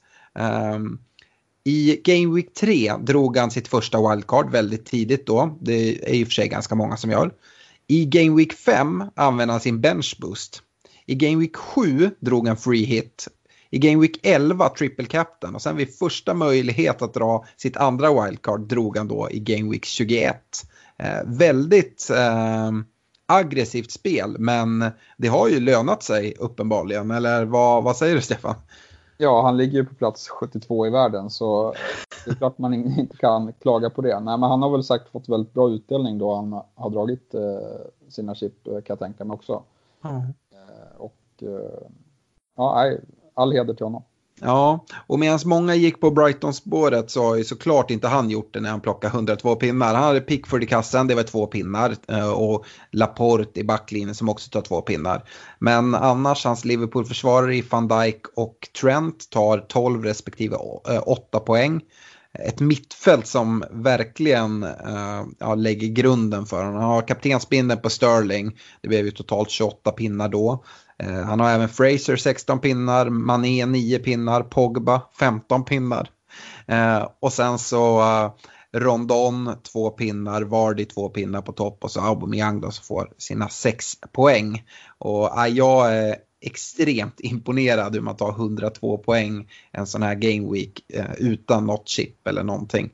I Game Week 3 drog han sitt första wildcard väldigt tidigt då. Det är ju för sig ganska många som gör. I Game Week 5 använde han sin bench boost. I Game Week 7 drog han free hit. i Game Week 11 triple captain och sen vid första möjlighet att dra sitt andra wildcard drog han då i Game Week 21. Väldigt aggressivt spel, men det har ju lönat sig uppenbarligen, eller vad säger du, Stefan? Ja, han ligger ju på plats 72 i världen, så det är klart man inte kan klaga på det. Nej, men han har väl sagt fått väldigt bra utdelning då han har dragit sina chip, kan jag tänka mig också. All heder till honom. Ja, och medan många gick på Brighton-spåret så har ju såklart inte han gjort det när han plockade 102 pinnar. Han hade Pickford i kassan, det var 2 pinnar, och Laporte i backlinjen som också tar 2 pinnar. Men annars hans Liverpool-försvarare i Van Dijk och Trent tar 12 respektive 8 poäng. Ett mittfält som verkligen lägger grunden för honom. Han har kaptensbindeln på Sterling, det blev ju totalt 28 pinnar då. Han har även Fraser 16 pinnar, Mané 9 pinnar, Pogba 15 pinnar. Och sen så Rondon 2 pinnar, Vardy 2 pinnar på topp och så Aubameyang då, som får sina 6 poäng. Och jag är extremt imponerad hur man tar 102 poäng en sån här game week utan något chip eller någonting.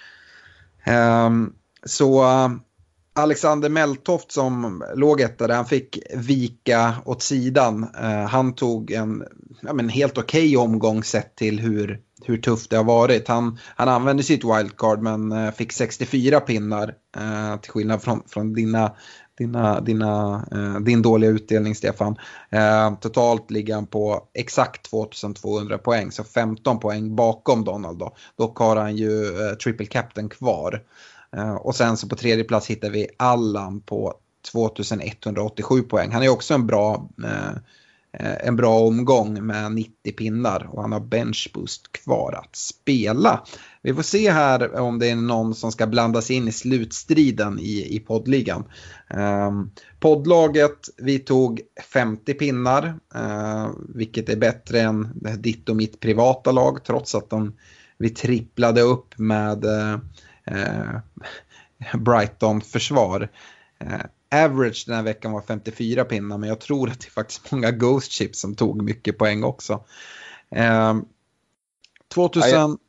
Alexander Meltoft som låg etta, han fick vika åt sidan. Han tog en helt okej omgång sett till hur tufft det har varit. Han använde sitt wildcard men fick 64 pinnar till skillnad från din dåliga utdelning, Stefan. Totalt ligger han på exakt 2200 poäng, så 15 poäng bakom Donald då. Dock har han ju triple captain kvar. Och sen så på tredje plats hittar vi Allan på 2187 poäng. Han är också en bra omgång med 90 pinnar och han har bench boost kvar att spela. Vi får se här om det är någon som ska blandas in i slutstriden i poddligan. Poddlaget, vi tog 50 pinnar, vilket är bättre än ditt och mitt privata lag, trots att vi tripplade upp med Brighton försvar. Average den här veckan var 54 pinnar, men jag tror att det är faktiskt många Ghost Chips som tog mycket poäng också. 2000...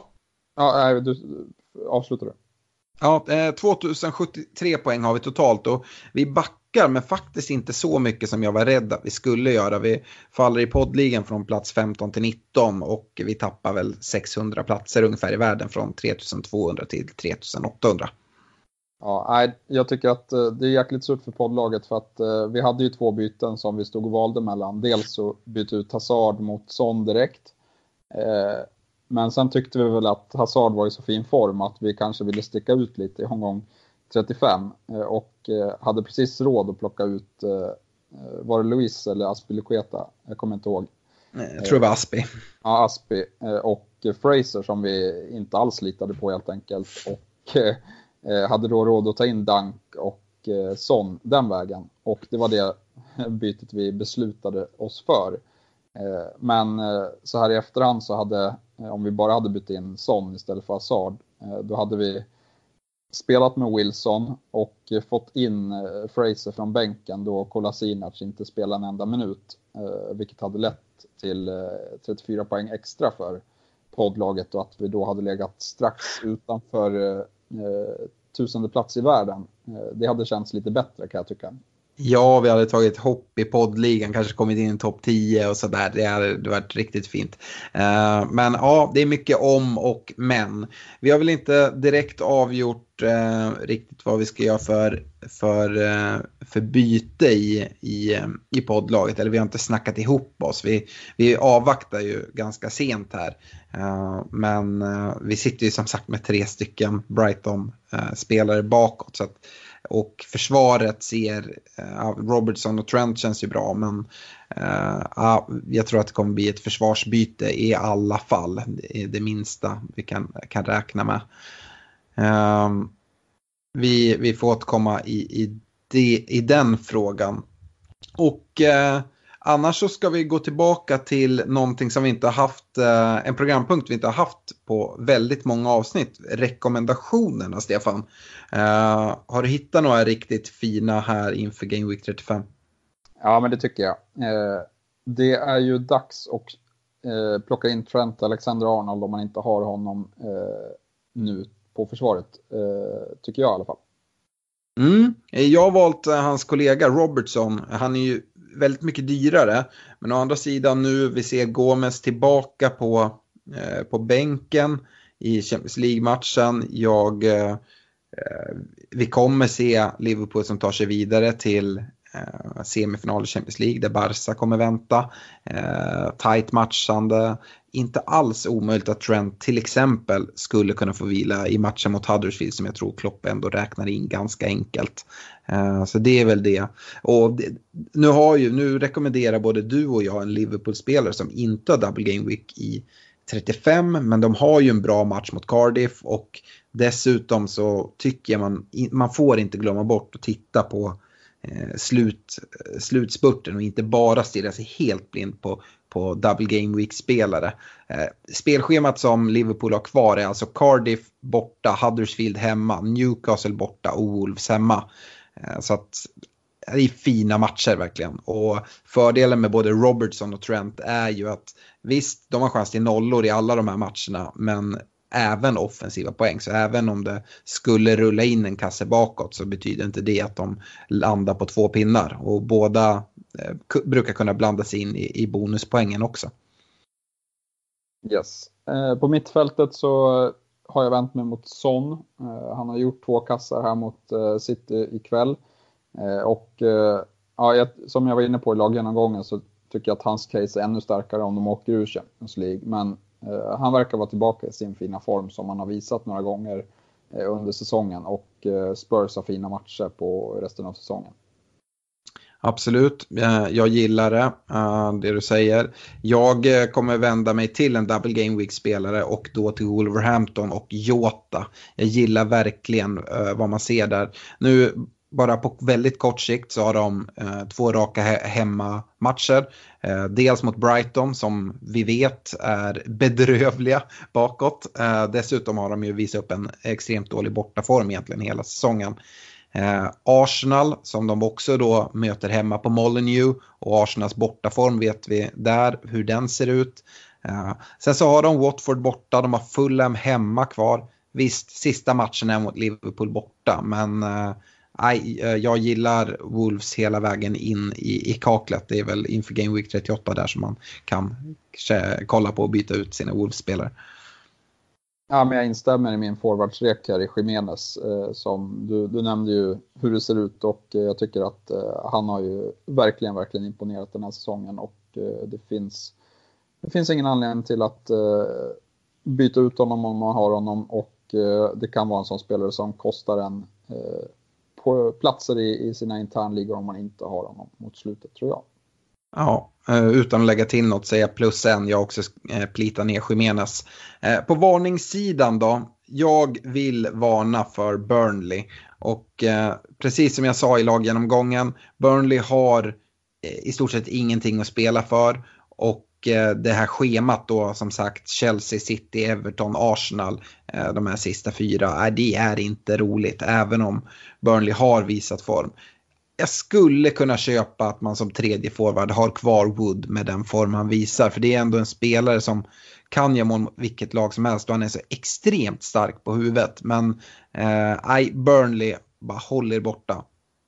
Du avslutar det. Ja, 2073 poäng har vi totalt och vi backar, men faktiskt inte så mycket som jag var rädd att vi skulle göra. Vi faller i poddligan från plats 15 till 19 och vi tappar väl 600 platser ungefär i världen från 3200 till 3800. Ja, jag tycker att det är jäkligt surt för poddlaget, för att vi hade ju 2 byten som vi stod och valde mellan. Dels så bytte ut Hazard mot Son direkt. Men sen tyckte vi väl att Hazard var i så fin form att vi kanske ville sticka ut lite i omgång 35. Och hade precis råd att plocka ut, var det Luis eller Aspilicueta? Jag kommer inte ihåg. Jag tror det var Aspi. Ja, Aspi. Och Fraser som vi inte alls litade på helt enkelt. Och hade då råd att ta in Dunk och Son den vägen. Och det var det bytet vi beslutade oss för. Men så här i efterhand så hade, om vi bara hade bytt in Son istället för Hazard, då hade vi spelat med Wilson och fått in Fraser från bänken då Kolasinac inte spelade en enda minut, vilket hade lett till 34 poäng extra för poddlaget och att vi då hade legat strax utanför 1000:e plats i världen. Det hade känts lite bättre, kan jag tycka. Ja, vi hade tagit hopp i poddligan, kanske kommit in i topp 10 och sådär. Det hade varit riktigt fint. Men ja, det är mycket om och men. Vi har väl inte direkt avgjort riktigt vad vi ska göra för byte i poddlaget. Eller vi har inte snackat ihop oss. Vi avvaktar ju ganska sent här. Men vi sitter ju som sagt med 3 stycken Brighton-spelare bakåt, så att och försvaret ser Robertson och Trent känns ju bra, men jag tror att det kommer bli ett försvarsbyte i alla fall. Det är det minsta vi kan räkna med. Vi får återkomma i den frågan. Och annars så ska vi gå tillbaka till någonting som vi inte har haft, en programpunkt vi inte har haft på väldigt många avsnitt. Rekommendationerna, Stefan. Har du hittat några riktigt fina här inför Game Week 35? Ja, men det tycker jag. Det är ju dags att plocka in Trent Alexander-Arnold om man inte har honom nu på försvaret, tycker jag i alla fall. Jag har valt hans kollega Robertson. Han är ju väldigt mycket dyrare, men å andra sidan nu vi ser Gomez tillbaka på bänken i Champions League-matchen. Vi kommer se Liverpool som tar sig vidare till semifinal i Champions League där Barca kommer vänta. Tight matchande. Inte alls omöjligt att Trent till exempel skulle kunna få vila i matchen mot Huddersfield som jag tror Klopp ändå räknar in ganska enkelt. Så det är väl det. Och nu rekommenderar både du och jag en Liverpool-spelare som inte har double game week i 35, men de har ju en bra match mot Cardiff och dessutom så tycker jag man får inte glömma bort att titta på slutspurten och inte bara stirra sig helt blind på double game week spelare. Spelschemat som Liverpool har kvar är alltså Cardiff borta, Huddersfield hemma, Newcastle borta och Wolves hemma. Så att det är fina matcher verkligen. Och fördelen med både Robertson och Trent är ju att visst, de har chans till nollor i alla de här matcherna, men även offensiva poäng. Så även om det skulle rulla in en kasse bakåt så betyder inte det att de landar på 2 pinnar. Och båda brukar kunna blandas in i bonuspoängen också. Yes. På mittfältet så har jag vänt mig mot Son. Han har gjort 2 kassar här mot City ikväll. Som jag var inne på i laggenomgången så tycker jag att hans case är ännu starkare om de åker ur Champions League. Men han verkar vara tillbaka i sin fina form som han har visat några gånger under säsongen. Och Spurs har fina matcher på resten av säsongen. Absolut, jag gillar det du säger. Jag kommer vända mig till en double game week-spelare och då till Wolverhampton och Jota. Jag gillar verkligen vad man ser där. Nu bara på väldigt kort sikt så har de 2 raka hemmamatcher. Dels mot Brighton som vi vet är bedrövliga bakåt. Dessutom har de ju visat upp en extremt dålig bortaform egentligen hela säsongen. Arsenal som de också då möter hemma på Molineux, och Arsenals bortaform vet vi där hur den ser ut. Sen så har de Watford borta, de har Fulham hemma kvar. Visst, sista matchen är mot Liverpool borta, men jag gillar Wolves hela vägen in i kaklet. Det är väl inför Game Week 38 där som man kan kolla på och byta ut sina Wolves-spelare. Ja, men jag instämmer i min forwardsrek här i Jimenez. Som du nämnde ju hur det ser ut, och jag tycker att han har ju verkligen imponerat den här säsongen, och det finns ingen anledning till att byta ut honom om man har honom, och det kan vara en sån spelare som kostar en på platser i sina internligor om man inte har honom mot slutet, tror jag. Ja, utan att lägga till något säga +1, jag också plitar ner Jimenez. På varningssidan då, jag vill varna för Burnley. Och precis som jag sa i laggenomgången, Burnley har i stort sett ingenting att spela för. Och det här schemat då, som sagt, Chelsea, City, Everton, Arsenal, de här sista 4, det är inte roligt, även om Burnley har visat form. Jag skulle kunna köpa att man som tredje forward har kvar Wood med den form han visar, för det är ändå en spelare som kan göra mål mot vilket lag som helst, och han är så extremt stark på huvudet. Men Burnley bara håller borta.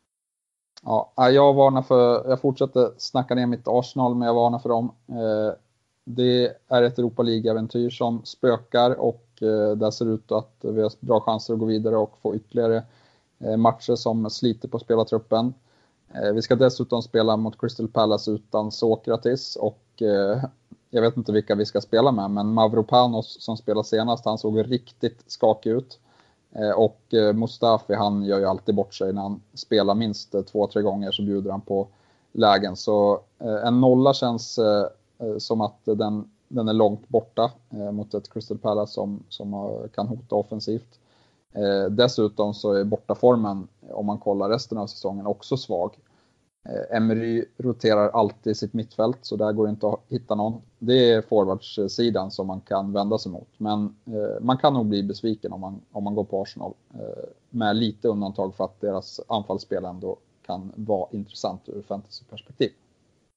Ja, jag fortsätter snacka ner mitt Arsenal, men jag varnar för dem. Det är ett Europa League-äventyr som spökar, och där ser ut att vi har bra chanser att gå vidare och få ytterligare matcher som sliter på spelartruppen. Vi ska dessutom spela mot Crystal Palace utan Sokratis, och jag vet inte vilka vi ska spela med, men Mavropanos som spelade senast, han såg riktigt skakig ut. Och Mustafi, han gör ju alltid bort sig när han spelar minst 2-3 gånger, så bjuder han på lägen. Så en nolla känns som att den är långt borta mot ett Crystal Palace som kan hota offensivt. Dessutom så är bortaformen, om man kollar resten av säsongen, också svag. Emery roterar alltid sitt mittfält, så där går det inte att hitta någon. Det är forwardssidan som man kan vända sig mot. Men man kan nog bli besviken om man går på Arsenal. Med lite undantag för att deras anfallsspel ändå kan vara intressant ur fantasyperspektiv.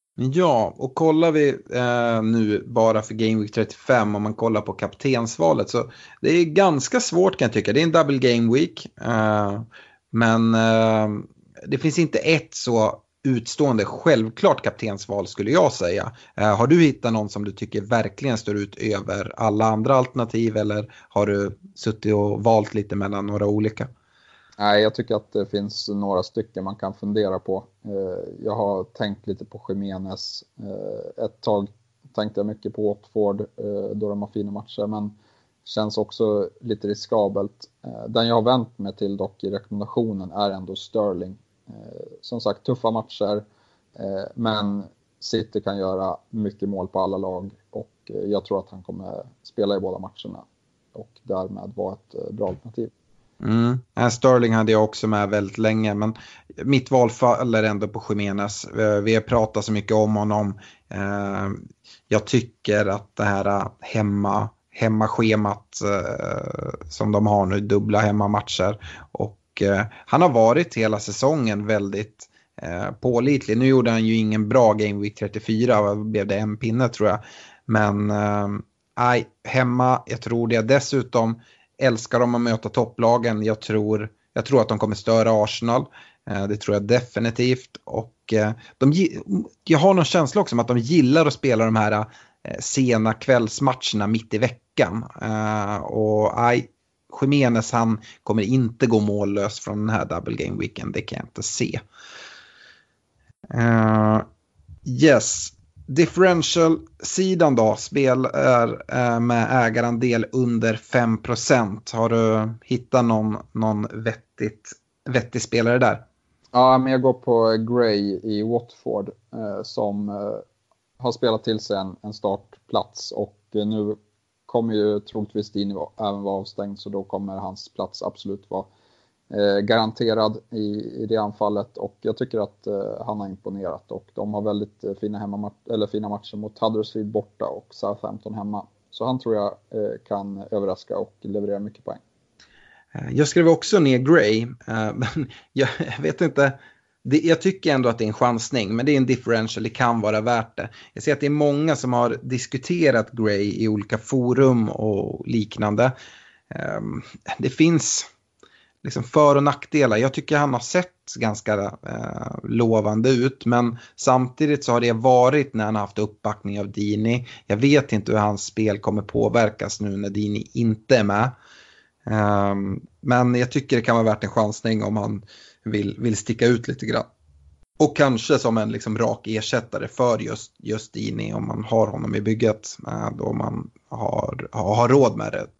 Ja, och kollar vi nu bara för Game Week 35, om man kollar på kaptensvalet, så det är ganska svårt kan jag tycka. Det är en double Game Week, men det finns inte ett så utstående självklart kaptensval skulle jag säga. Har du hittat någon som du tycker verkligen står ut över alla andra alternativ, eller har du suttit och valt lite mellan några olika? Nej, jag tycker att det finns några stycken man kan fundera på. Jag har tänkt lite på Jimenez. Ett tag tänkte jag mycket på Watford då de har fina matcher, men känns också lite riskabelt. Den jag har vänt mig till dock i rekommendationen är ändå Sterling. Som sagt, tuffa matcher, men City kan göra mycket mål på alla lag, och jag tror att han kommer spela i båda matcherna och därmed vara ett bra alternativ. Sterling hade jag också med väldigt länge, men mitt val faller ändå på Jimenez. Vi har pratat så mycket om honom. Jag tycker att det här hemmaschemat som de har nu, dubbla hemmamatcher, och han har varit hela säsongen väldigt pålitlig. Nu gjorde han ju ingen bra Game Week 34, blev det en pinne tror jag, men hemma, jag tror det. Dessutom älskar de att möta topplagen. Jag tror att de kommer störa Arsenal. Det tror jag definitivt. Och jag har någon känsla också om att de gillar att spela de här sena kvällsmatcherna mitt i veckan. Och Jimenez, han kommer inte gå mållös från den här double game weekend. Det kan jag inte se. Yes. Differential-sidan då, spel är med ägarandel under 5%. Har du hittat någon vettig spelare där? Ja, men jag går på Gray i Watford som har spelat till sig en startplats, och nu kommer ju troligtvis Dini även vara avstängd, så då kommer hans plats absolut vara garanterad i det anfallet, och jag tycker att han har imponerat, och de har väldigt fina matcher mot Huddersfield borta och Southampton hemma, så han tror jag kan överraska och leverera mycket poäng. Jag skrev också ner Gray, men jag vet inte, jag tycker ändå att det är en chansning, men det är en differential, det kan vara värt det. Jag ser att det är många som har diskuterat Gray i olika forum och liknande. Det finns liksom för- och nackdelar. Jag tycker han har sett ganska lovande ut, men samtidigt så har det varit när han har haft uppbackning av Dini. Jag vet inte hur hans spel kommer påverkas nu när Dini inte är med. Men jag tycker det kan vara värt en chansning om han vill sticka ut lite grann. Och kanske som en liksom rak ersättare för just Dini, om man har honom i bygget, då man har råd med det.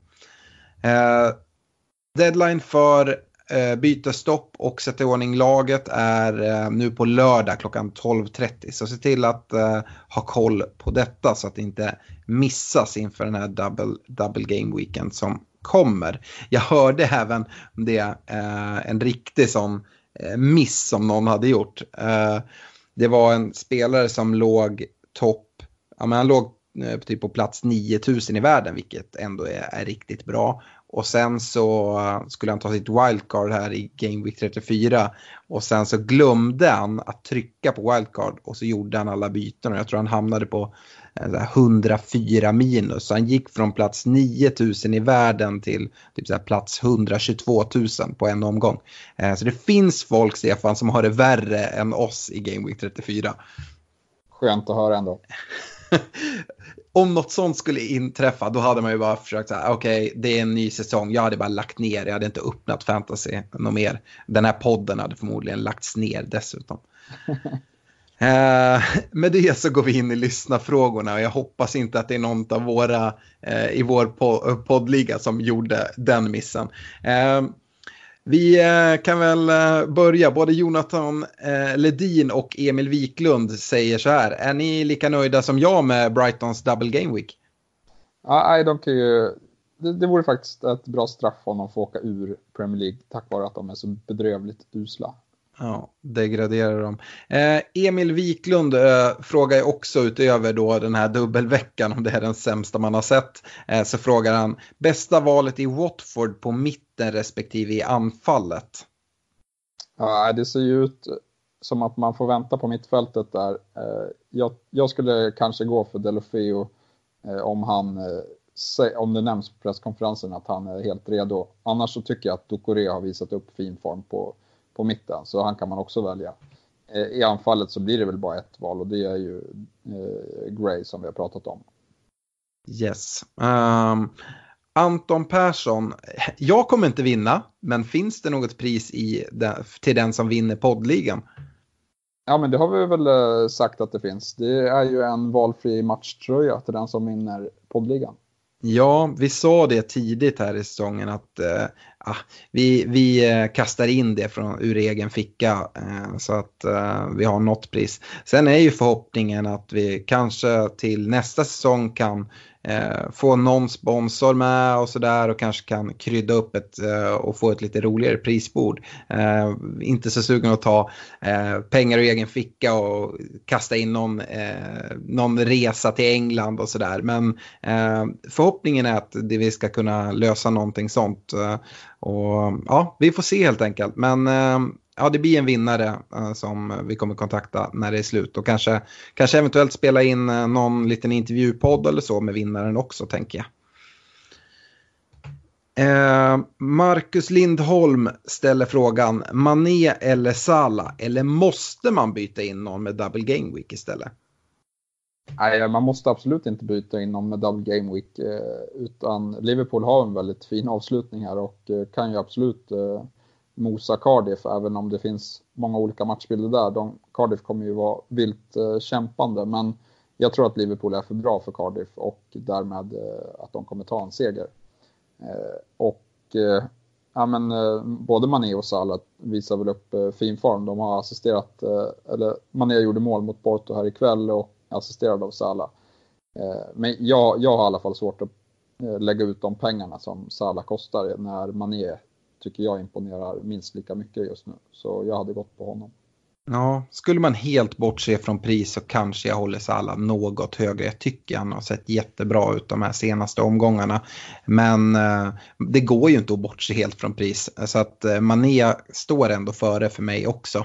Deadline för bytestopp och sätta i ordning laget är nu på lördag klockan 12:30. Så se till att ha koll på detta så att det inte missas inför den här double game weekend som kommer. Jag hörde även det, en riktig sån miss som någon hade gjort. Det var en spelare som låg han låg typ på plats 9000 i världen, vilket ändå är riktigt bra. Och sen så skulle han ta sitt wildcard här i Game Week 34. Och sen så glömde han att trycka på wildcard. Och så gjorde han alla byten. Och jag tror han hamnade på 104 minus. Så han gick från plats 9000 i världen till typ så här plats 122 000 på en omgång. Så det finns folk, Stefan, som har det värre än oss i Game Week 34. Skönt att höra ändå. Om något sånt skulle inträffa, då hade man ju bara försökt säga, okej, det är en ny säsong. Jag hade bara lagt ner, jag hade inte öppnat fantasy något mer. Den här podden hade förmodligen lagts ner dessutom. Med det så går vi in i lyssnarfrågorna, och jag hoppas inte att det är någon av våra i vår poddliga som gjorde den missen. Vi kan väl börja. Både Jonathan Ledin och Emil Wiklund säger så här: är ni lika nöjda som jag med Brightons double game week? Ja, de kan ju, det vore faktiskt ett bra straff om de får åka ur Premier League tack vare att de är så bedrövligt usla. Ja, degraderar de. Emil Wiklund frågar också, utöver då den här dubbelveckan, om det är den sämsta man har sett, så frågar han: bästa valet i Watford på mitten respektive i anfallet? Ja, det ser ju ut som att man får vänta på mittfältet där. Jag skulle kanske gå för Deulofeu om det nämns på presskonferensen att han är helt redo. Annars så tycker jag att Doucouré har visat upp fin form på mitten, så han kan man också välja. I anfallet så blir det väl bara ett val, och det är ju Gray som vi har pratat om. Yes. Anton Persson, jag kommer inte vinna, men finns det något pris till den som vinner poddligan? Ja, men det har vi väl sagt att det finns. Det är ju en valfri matchtröja till den som vinner poddligan. Ja, vi sa det tidigt här i säsongen att vi kastar in det ur egen ficka så att vi har något pris. Sen är ju förhoppningen att vi kanske till nästa säsong kan få någon sponsor med och sådär, och kanske kan krydda upp och få ett lite roligare prisbord. Inte så sugen att ta pengar ur egen ficka och kasta in någon resa till England och sådär. Men förhoppningen är att vi ska kunna lösa någonting sånt. Och ja, vi får se helt enkelt. Men ja, det blir en vinnare som vi kommer kontakta när det är slut. Och kanske eventuellt spela in någon liten intervjupodd eller så med vinnaren också, tänker jag. Marcus Lindholm ställer frågan: Mané eller Salah? Eller måste man byta in någon med double game week istället? Nej, man måste absolut inte byta in någon med double game week. Utan Liverpool har en väldigt fin avslutning här och kan ju absolut mosa Cardiff, även om det finns många olika matchbilder där. Cardiff kommer ju vara vilt kämpande, men jag tror att Liverpool är för bra för Cardiff och därmed att de kommer ta en seger. Både Mané och Salah visar väl upp fin form. De har assisterat, eller Mané gjorde mål mot Porto här ikväll och assisterad av Salah. Men jag har i alla fall svårt att lägga ut de pengarna som Salah kostar, när Mané tycker jag imponerar minst lika mycket just nu. Så jag hade gått på honom. Ja, skulle man helt bortse från pris så kanske jag håller Salah något högre. Jag tycker han har sett jättebra ut de här senaste omgångarna. Men det går ju inte att bortse helt från pris. Så att Mané står ändå före för mig också.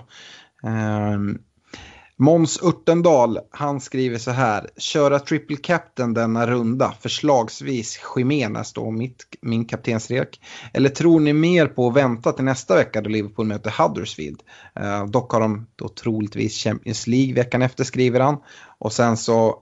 Måns Urtendal, han skriver så här: köra triple captain denna runda, förslagsvis Jimenez då, min kaptensrek. Eller tror ni mer på att vänta till nästa vecka då Liverpool möter Huddersfield? Dock har de då troligtvis Champions League veckan efter, skriver han. Och sen så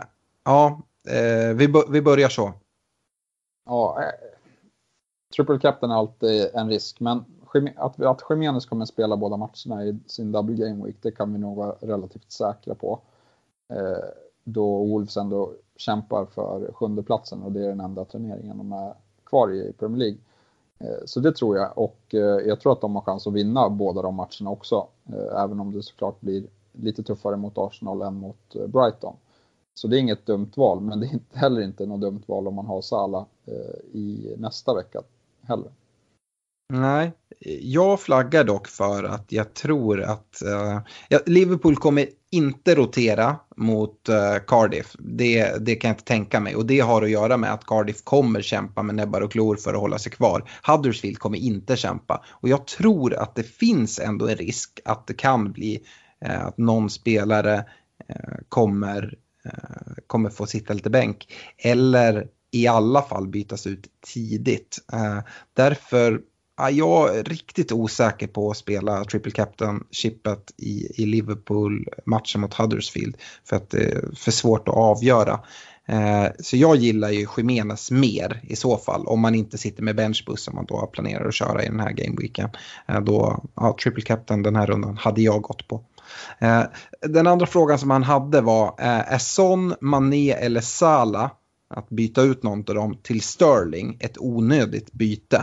vi börjar så. Ja, triple captain är alltid en risk, men att Jimenez kommer spela båda matcherna i sin double game week, det kan vi nog vara relativt säkra på. Då Wolves ändå kämpar för 7:e platsen och det är den enda turneringen de är kvar i Premier League. Så det tror jag, och jag tror att de har chans att vinna båda de matcherna också. Även om det såklart blir lite tuffare mot Arsenal än mot Brighton. Så det är inget dumt val, men det är heller inte något dumt val om man har Salah i nästa vecka heller. Nej, jag flaggar dock för att jag tror att Liverpool kommer inte rotera mot Cardiff. Det kan jag inte tänka mig. Och det har att göra med att Cardiff kommer kämpa med näbbar och klor för att hålla sig kvar. Huddersfield kommer inte kämpa. Och jag tror att det finns ändå en risk att det kan bli att någon spelare kommer få sitta lite bänk. Eller i alla fall bytas ut tidigt. Därför jag är riktigt osäker på att spela triple captain-chippet i Liverpool-matchen mot Huddersfield. För att det är för svårt att avgöra. Så jag gillar ju Jimenez mer i så fall. Om man inte sitter med benchbus som man då planerar att köra i den här gameweeken. Då, triple captain den här rundan hade jag gått på. Den andra frågan som han hade var: är Son, Mané eller Salah, att byta ut någon av dem till Sterling, ett onödigt byte?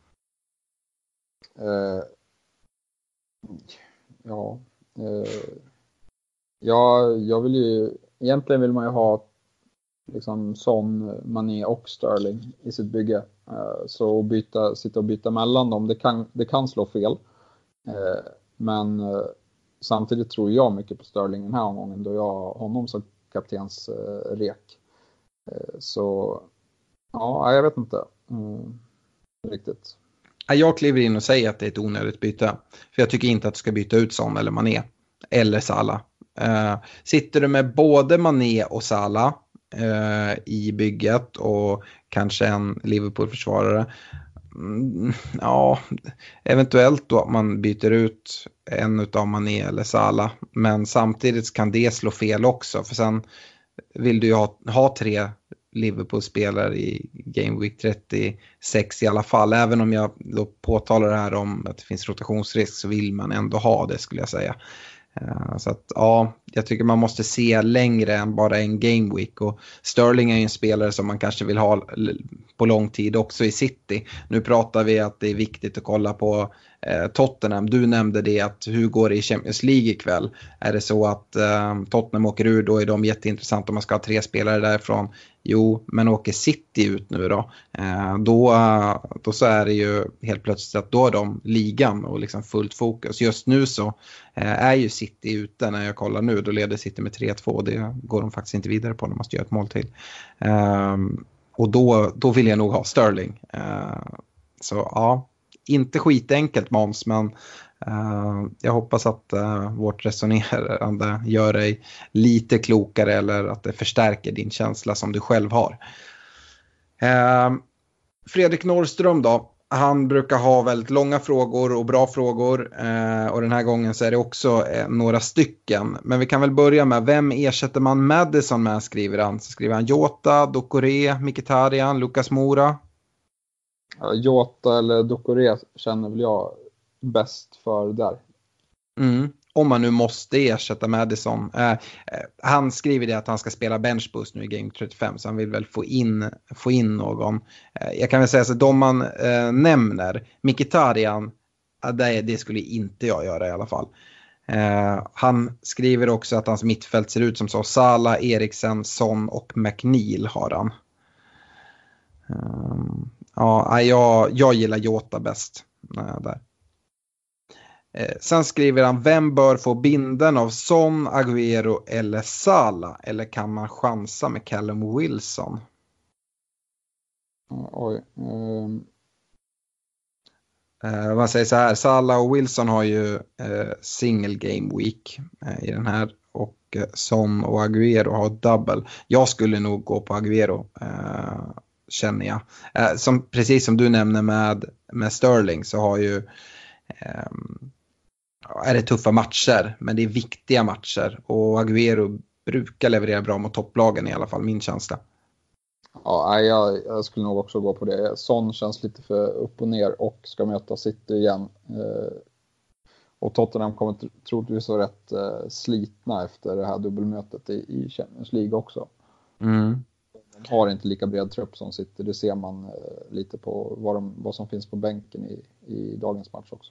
Jag vill ju, egentligen vill man ju ha liksom Son, Mané och Sterling i sitt bygge. Så sitta och byta mellan dem, det kan slå fel. Men samtidigt tror jag mycket på Sterling den här omgången, då jag har honom som kaptens rek. Så ja, jag vet inte riktigt. Jag kliver in och säger att det är ett onödigt byte. För jag tycker inte att du ska byta ut Son eller Mané. Eller Salah. Sitter du med både Mané och Salah i bygget och kanske en Liverpool-försvarare. Ja, eventuellt då att man byter ut en utav Mané eller Salah. Men samtidigt kan det slå fel också. För sen vill du ju ha 3 Liverpool-spelare i Game Week 36 i alla fall. Även om jag då påtalar det här om att det finns rotationsrisk, så vill man ändå ha det, skulle jag säga. Så att ja, jag tycker man måste se längre än bara en Game Week. Och Sterling är ju en spelare som man kanske vill ha på lång tid också i City. Nu pratar vi att det är viktigt att kolla på Tottenham. Du nämnde det, att hur går det i Champions League ikväll? Är det så att Tottenham åker ur, då är de jätteintressant om man ska ha 3 spelare därifrån. Jo, men åker City ut nu då så är det ju helt plötsligt att då är de ligan och liksom fullt fokus. Just nu så är ju City ute. När jag kollar nu, då leder City med 3-2. Det går de faktiskt inte vidare på, de måste göra ett mål till. Och då vill jag nog ha Sterling. Så ja, inte skitenkelt, Måns, men jag hoppas att vårt resonerande gör dig lite klokare, eller att det förstärker din känsla som du själv har. Fredrik Norrström då, han brukar ha väldigt långa frågor och bra frågor, och den här gången så är det också några stycken. Men vi kan väl börja med, vem ersätter man Maddison med, skriver han. Så skriver han Jota, Doucouré, Mkhitaryan, Lucas Moura. Jota eller Doucouré känner väl jag bäst för där. Om man nu måste ersätta Maddison. Han skriver det att han ska spela benchboost nu i Game 35, så han vill väl få in någon. Jag kan väl säga så, de man nämner, Mkhitaryan, det skulle inte jag göra i alla fall. Han skriver också att hans mittfält ser ut som så: Salah, Eriksen, Son och McNeil har han. Jag gillar Jota bäst där. Sen skriver han, vem bör få binden av Son, Agüero eller Salah? Eller kan man chansa med Callum Wilson? Man säger så här, Salah och Wilson har ju single game week i den här, och Son och Agüero har double. Jag skulle nog gå på Agüero, känner jag. Precis som du nämner med Sterling, så har ju är det tuffa matcher, men det är viktiga matcher, och Agüero brukar leverera bra mot topplagen, i alla fall min känsla. Ja, jag skulle nog också gå på det. Son känns lite för upp och ner och ska möta City igen. Och Tottenham kommer troligtvis vara rätt slitna efter det här dubbelmötet i Champions League också. De har inte lika bred trupp som City. Det ser man lite på vad som finns på bänken i dagens match också.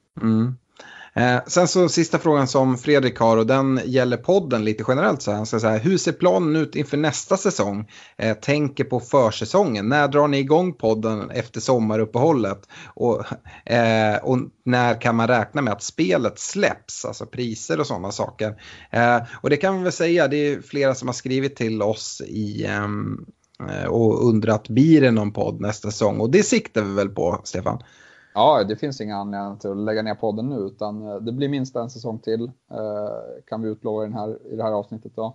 Sen så sista frågan som Fredrik har, och den gäller podden lite generellt. Så han ska säga, hur ser planen ut inför nästa säsong? Tänker på försäsongen. När drar ni igång podden efter sommaruppehållet? Och när kan man räkna med att spelet släpps? Alltså priser och sådana saker. Och det kan vi väl säga, det är flera som har skrivit till oss och undrat, blir det någon podd nästa säsong? Och det siktar vi väl på, Stefan? Ja, det finns inga anledningar till att lägga ner podden nu, utan det blir minst en säsong till, kan vi utlova i det här avsnittet då.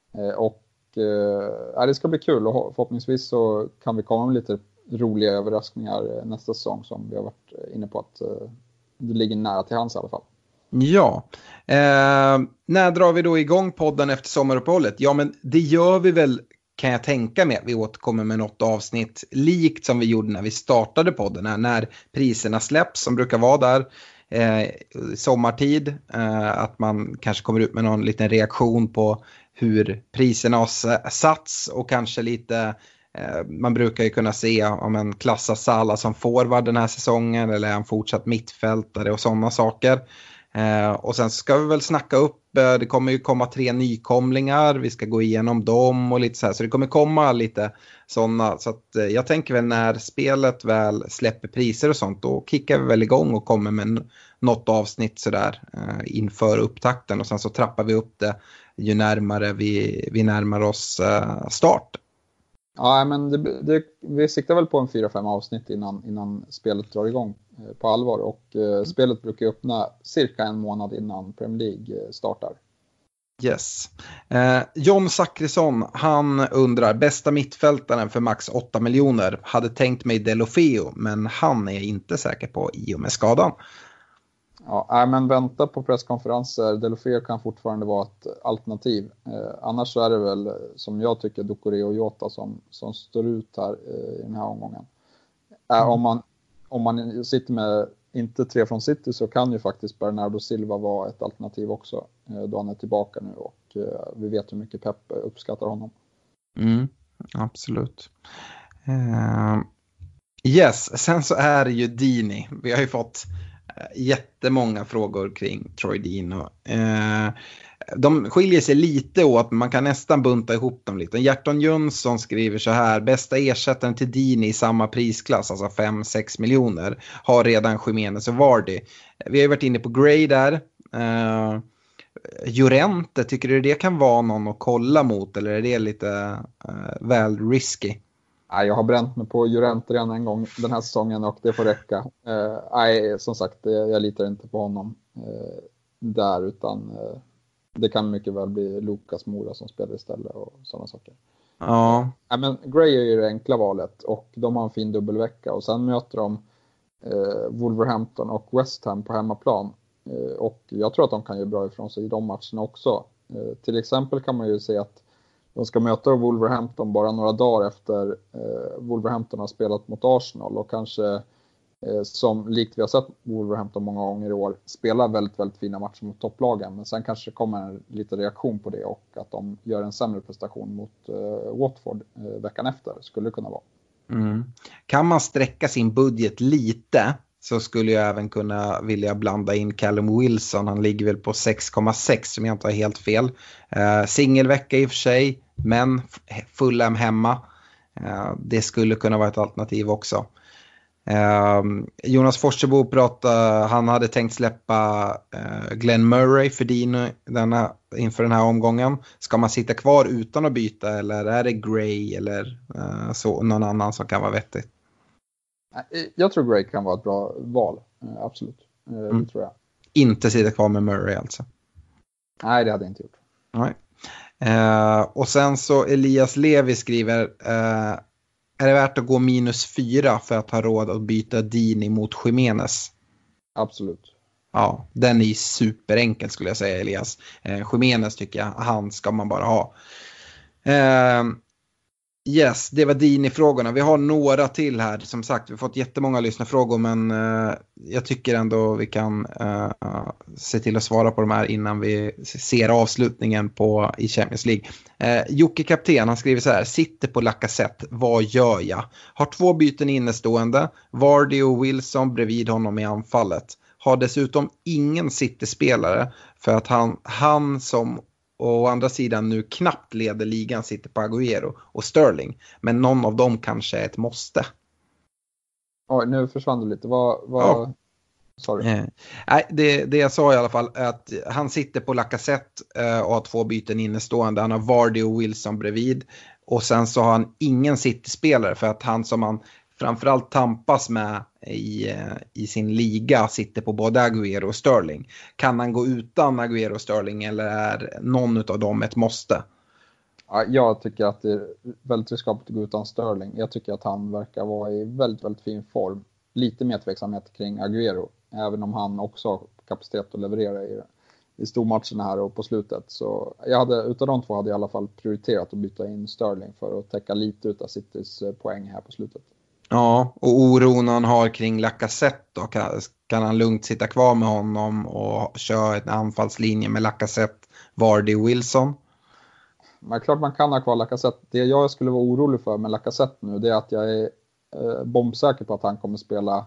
Det ska bli kul, och förhoppningsvis så kan vi komma med lite roliga överraskningar nästa säsong, som vi har varit inne på att det ligger nära till hands i alla fall. Ja, när drar vi då igång podden efter sommaruppehållet? Ja, men det gör vi väl, kan jag tänka mig, att vi återkommer med något avsnitt likt som vi gjorde när vi startade podden här, när priserna släpps, som brukar vara där sommartid, att man kanske kommer ut med någon liten reaktion på hur priserna har satts, och kanske lite, man brukar ju kunna se om en klassar Salah som forward den här säsongen, eller en fortsatt mittfältare och sådana saker. Och sen ska vi väl snacka upp, det kommer ju komma 3 nykomlingar, vi ska gå igenom dem och lite så här, så det kommer komma lite sådana, så att jag tänker väl när spelet väl släpper priser och sånt, då kickar vi väl igång och kommer med något avsnitt sådär inför upptakten, och sen så trappar vi upp det ju närmare vi närmar oss start. Ja, men vi siktar väl på en 4-5 avsnitt innan spelet drar igång på allvar. Och spelet brukar öppna cirka en månad innan Premier League startar. Yes. John Zachrisson, han undrar, bästa mittfältaren för max 8 miljoner. Hade tänkt mig Deulofeu, men han är inte säker på i och med skadan. Ja, men vänta på presskonferenser. Deulofeu kan fortfarande vara ett alternativ. Annars så är det väl, som jag tycker, Doucouré och Jota som står ut här i den här omgången. Om man sitter med inte 3 från City, så kan ju faktiskt Bernardo Silva vara ett alternativ också. Då han är tillbaka nu, och vi vet hur mycket Pep uppskattar honom. Absolut. Yes, sen så är det ju Dini. Vi har ju fått jättemånga frågor kring Troy Deeney. De skiljer sig lite åt, man kan nästan bunta ihop dem lite. Hjärton Jönsson skriver så här: bästa ersättaren till Dini i samma prisklass, alltså 5-6 miljoner, har redan Jimenez och Vardy. Vi har ju varit inne på Gray där. Llorente, tycker du det kan vara någon att kolla mot, eller är det lite väl risky? Jag har bränt mig på Llorente redan en gång den här säsongen, och det får räcka. Som sagt, jag litar inte på honom där, utan det kan mycket väl bli Lucas Moura som spelar istället och sådana saker. Ja. Men Gray är ju det enkla valet, och de har en fin dubbelvecka, och sen möter de Wolverhampton och West Ham på hemmaplan. Och jag tror att de kan göra bra ifrån sig i de matcherna också. Till exempel kan man ju se att de ska möta Wolverhampton bara några dagar efter Wolverhampton har spelat mot Arsenal, och kanske som likt vi har sett Wolverhampton många gånger i år spelar väldigt, väldigt fina matcher mot topplagen, men sen kanske kommer en liten reaktion på det, och att de gör en sämre prestation mot Watford veckan efter, skulle det kunna vara. Kan man sträcka sin budget lite, så skulle jag även kunna vilja blanda in Callum Wilson. Han ligger väl på 6,6 som jag inte har helt fel. Singelvecka i och för sig, men Fulham hemma. Det skulle kunna vara ett alternativ också. Jonas Forsebo pratade, han hade tänkt släppa Glenn Murray för Dino inför den här omgången. Ska man sitta kvar utan att byta, eller är det Gray eller så, någon annan som kan vara vettigt? Jag tror Gray kan vara ett bra val, absolut. Det tror jag. Inte sitta kvar med Murray alltså? Nej, det hade jag inte gjort. Nej. Och sen så Elias Levi skriver, är det värt att gå -4 för att ha råd att byta Dini mot Jimenez? Absolut. Ja, den är superenkel skulle jag säga, Elias. Jimenez tycker jag, han ska man bara ha. Yes, det var Dini-frågorna. Vi har några till här. Som sagt, vi har fått jättemånga lyssnarfrågor, men jag tycker ändå vi kan se till att svara på de här innan vi ser avslutningen i Champions League. Jocke Kapten, han skriver så här: sitter på Lacazette, vad gör jag? Har 2 byten innestående, Vardy och Wilson bredvid honom i anfallet. Har dessutom ingen City-spelare, för att han som å andra sidan nu knappt leder ligan sitter på Agüero och Sterling. Men någon av dem kanske är ett måste. Oj, nu försvann du lite. Vad... Sorry. Det jag sa i alla fall är att han sitter på Lacazette och har 2 byten innestående. Han har Vardy och Wilson bredvid. Och sen så har han ingen City-spelare, för att han som han framförallt tampas med i sin liga sitter på både Agüero och Sterling. Kan han gå utan Agüero och Sterling, eller är någon av dem ett måste? Ja, jag tycker att det är väldigt riskabelt att gå utan Sterling. Jag tycker att han verkar vara i väldigt, väldigt fin form. Lite mer tveksamhet kring Agüero, även om han också har kapacitet att leverera i stormatcherna här och på slutet. Så utav de 2 hade jag i alla fall prioriterat att byta in Sterling för att täcka lite utav Citys poäng här på slutet. Ja, och oron han har kring Lacazette då, kan han lugnt sitta kvar med honom och köra en anfallslinje med Lacazette, Vardy och Wilson? Men klart man kan ha kvar Lacazette. Det jag skulle vara orolig för med Lacazette nu, det är att jag är bombsäker på att han kommer spela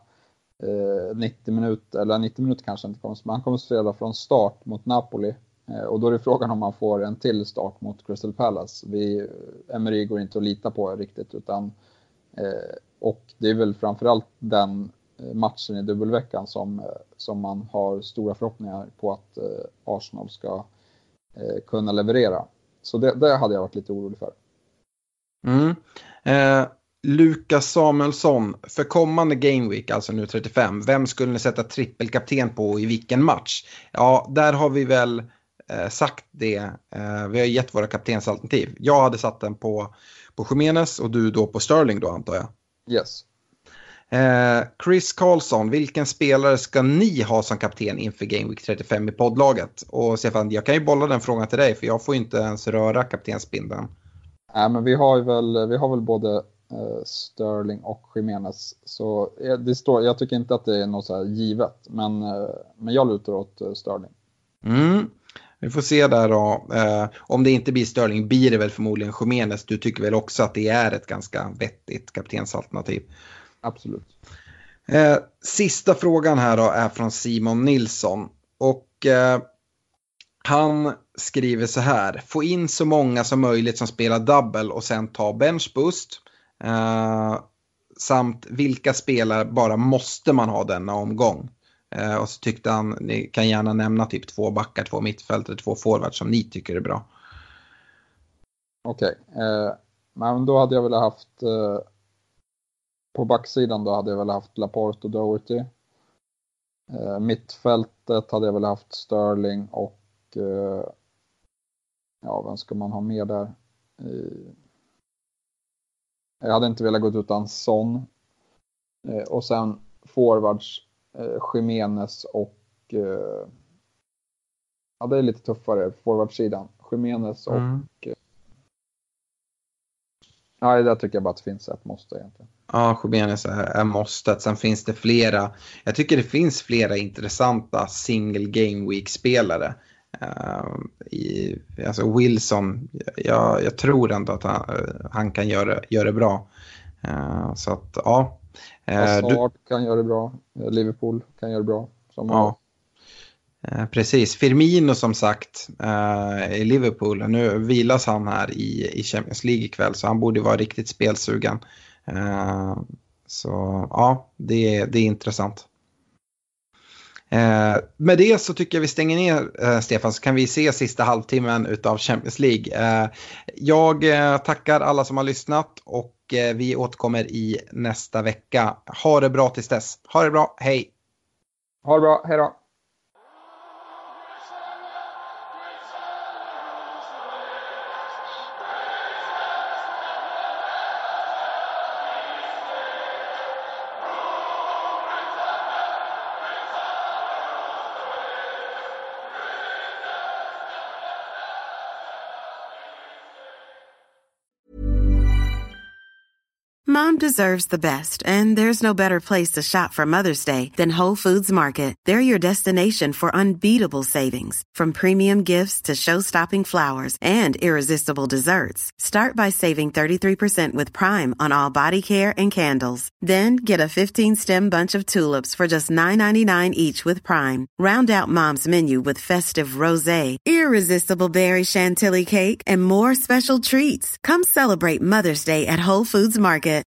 90 minuter, eller 90 minuter kanske inte kommer, men han kommer spela från start mot Napoli. Och då är det frågan om man får en till start mot Crystal Palace. Emery går inte att lita på riktigt, utan och det är väl framförallt den matchen i dubbelveckan som man har stora förhoppningar på att Arsenal ska kunna leverera. Så det hade jag varit lite orolig för. Lukas Samuelsson, för kommande Game Week, alltså nu 35, vem skulle ni sätta trippelkapten på i vilken match? Ja, där har vi väl sagt det. Vi har gett våra kaptensalternativ. Jag hade satt den på Jimenez och du då på Sterling då, antar jag. Yes. Chris Karlsson, vilken spelare ska ni ha som kapten inför Game Week 35 i poddlaget? Och Stefan, jag kan ju bolla den frågan till dig, för jag får inte ens röra kaptensbindeln. Nej, men vi har väl både Sterling och Jimenez, så jag tycker inte att det är något så här givet, men jag lutar åt Sterling. Vi får se där då. Om det inte blir Sterling blir det väl förmodligen Jimenez. Du tycker väl också att det är ett ganska vettigt kaptensalternativ? Absolut. Sista frågan här då är från Simon Nilsson. Och han skriver så här: få in så många som möjligt som spelar double och sen ta benchboost. Samt vilka spelare bara måste man ha denna omgång. Och så tyckte han, ni kan gärna nämna typ 2 backar, 2 mittfältare, 2 forwards som ni tycker är bra. Okej. Men då hade jag väl haft på backsidan då hade jag väl haft Laporte och Doherty. Mittfältet hade jag väl haft Sterling och vem ska man ha med där? Jag hade inte velat gå utan Son. Och sen forwards Jimenez och det är lite tuffare forwardsidan. Jimenez och det där tycker jag bara att det finns ett måste egentligen. Ja, Jimenez är måstet. Sen finns det flera. Jag tycker det finns flera intressanta single game week spelare. Alltså Wilson, jag tror ändå att han kan göra det bra. Så att ja. Hazard kan göra det bra. Liverpool kan göra det bra. Precis. Firmino som sagt i Liverpool. Nu vilas han här i Champions League ikväll, så han borde vara riktigt spelsugen. Så ja, det är intressant. Med det så tycker jag vi stänger ner, Stefan, så kan vi se sista halvtimmen utav Champions League. Jag tackar alla som har lyssnat och vi återkommer i nästa vecka. Ha det bra tills dess. Ha det bra, hej! Ha det bra, hej då! Mom deserves the best, and there's no better place to shop for Mother's Day than Whole Foods Market. They're your destination for unbeatable savings, from premium gifts to show-stopping flowers and irresistible desserts. Start by saving 33% with Prime on all body care and candles. Then get a 15-stem bunch of tulips for just $9.99 each with Prime. Round out Mom's menu with festive rosé, irresistible berry chantilly cake, and more special treats. Come celebrate Mother's Day at Whole Foods Market.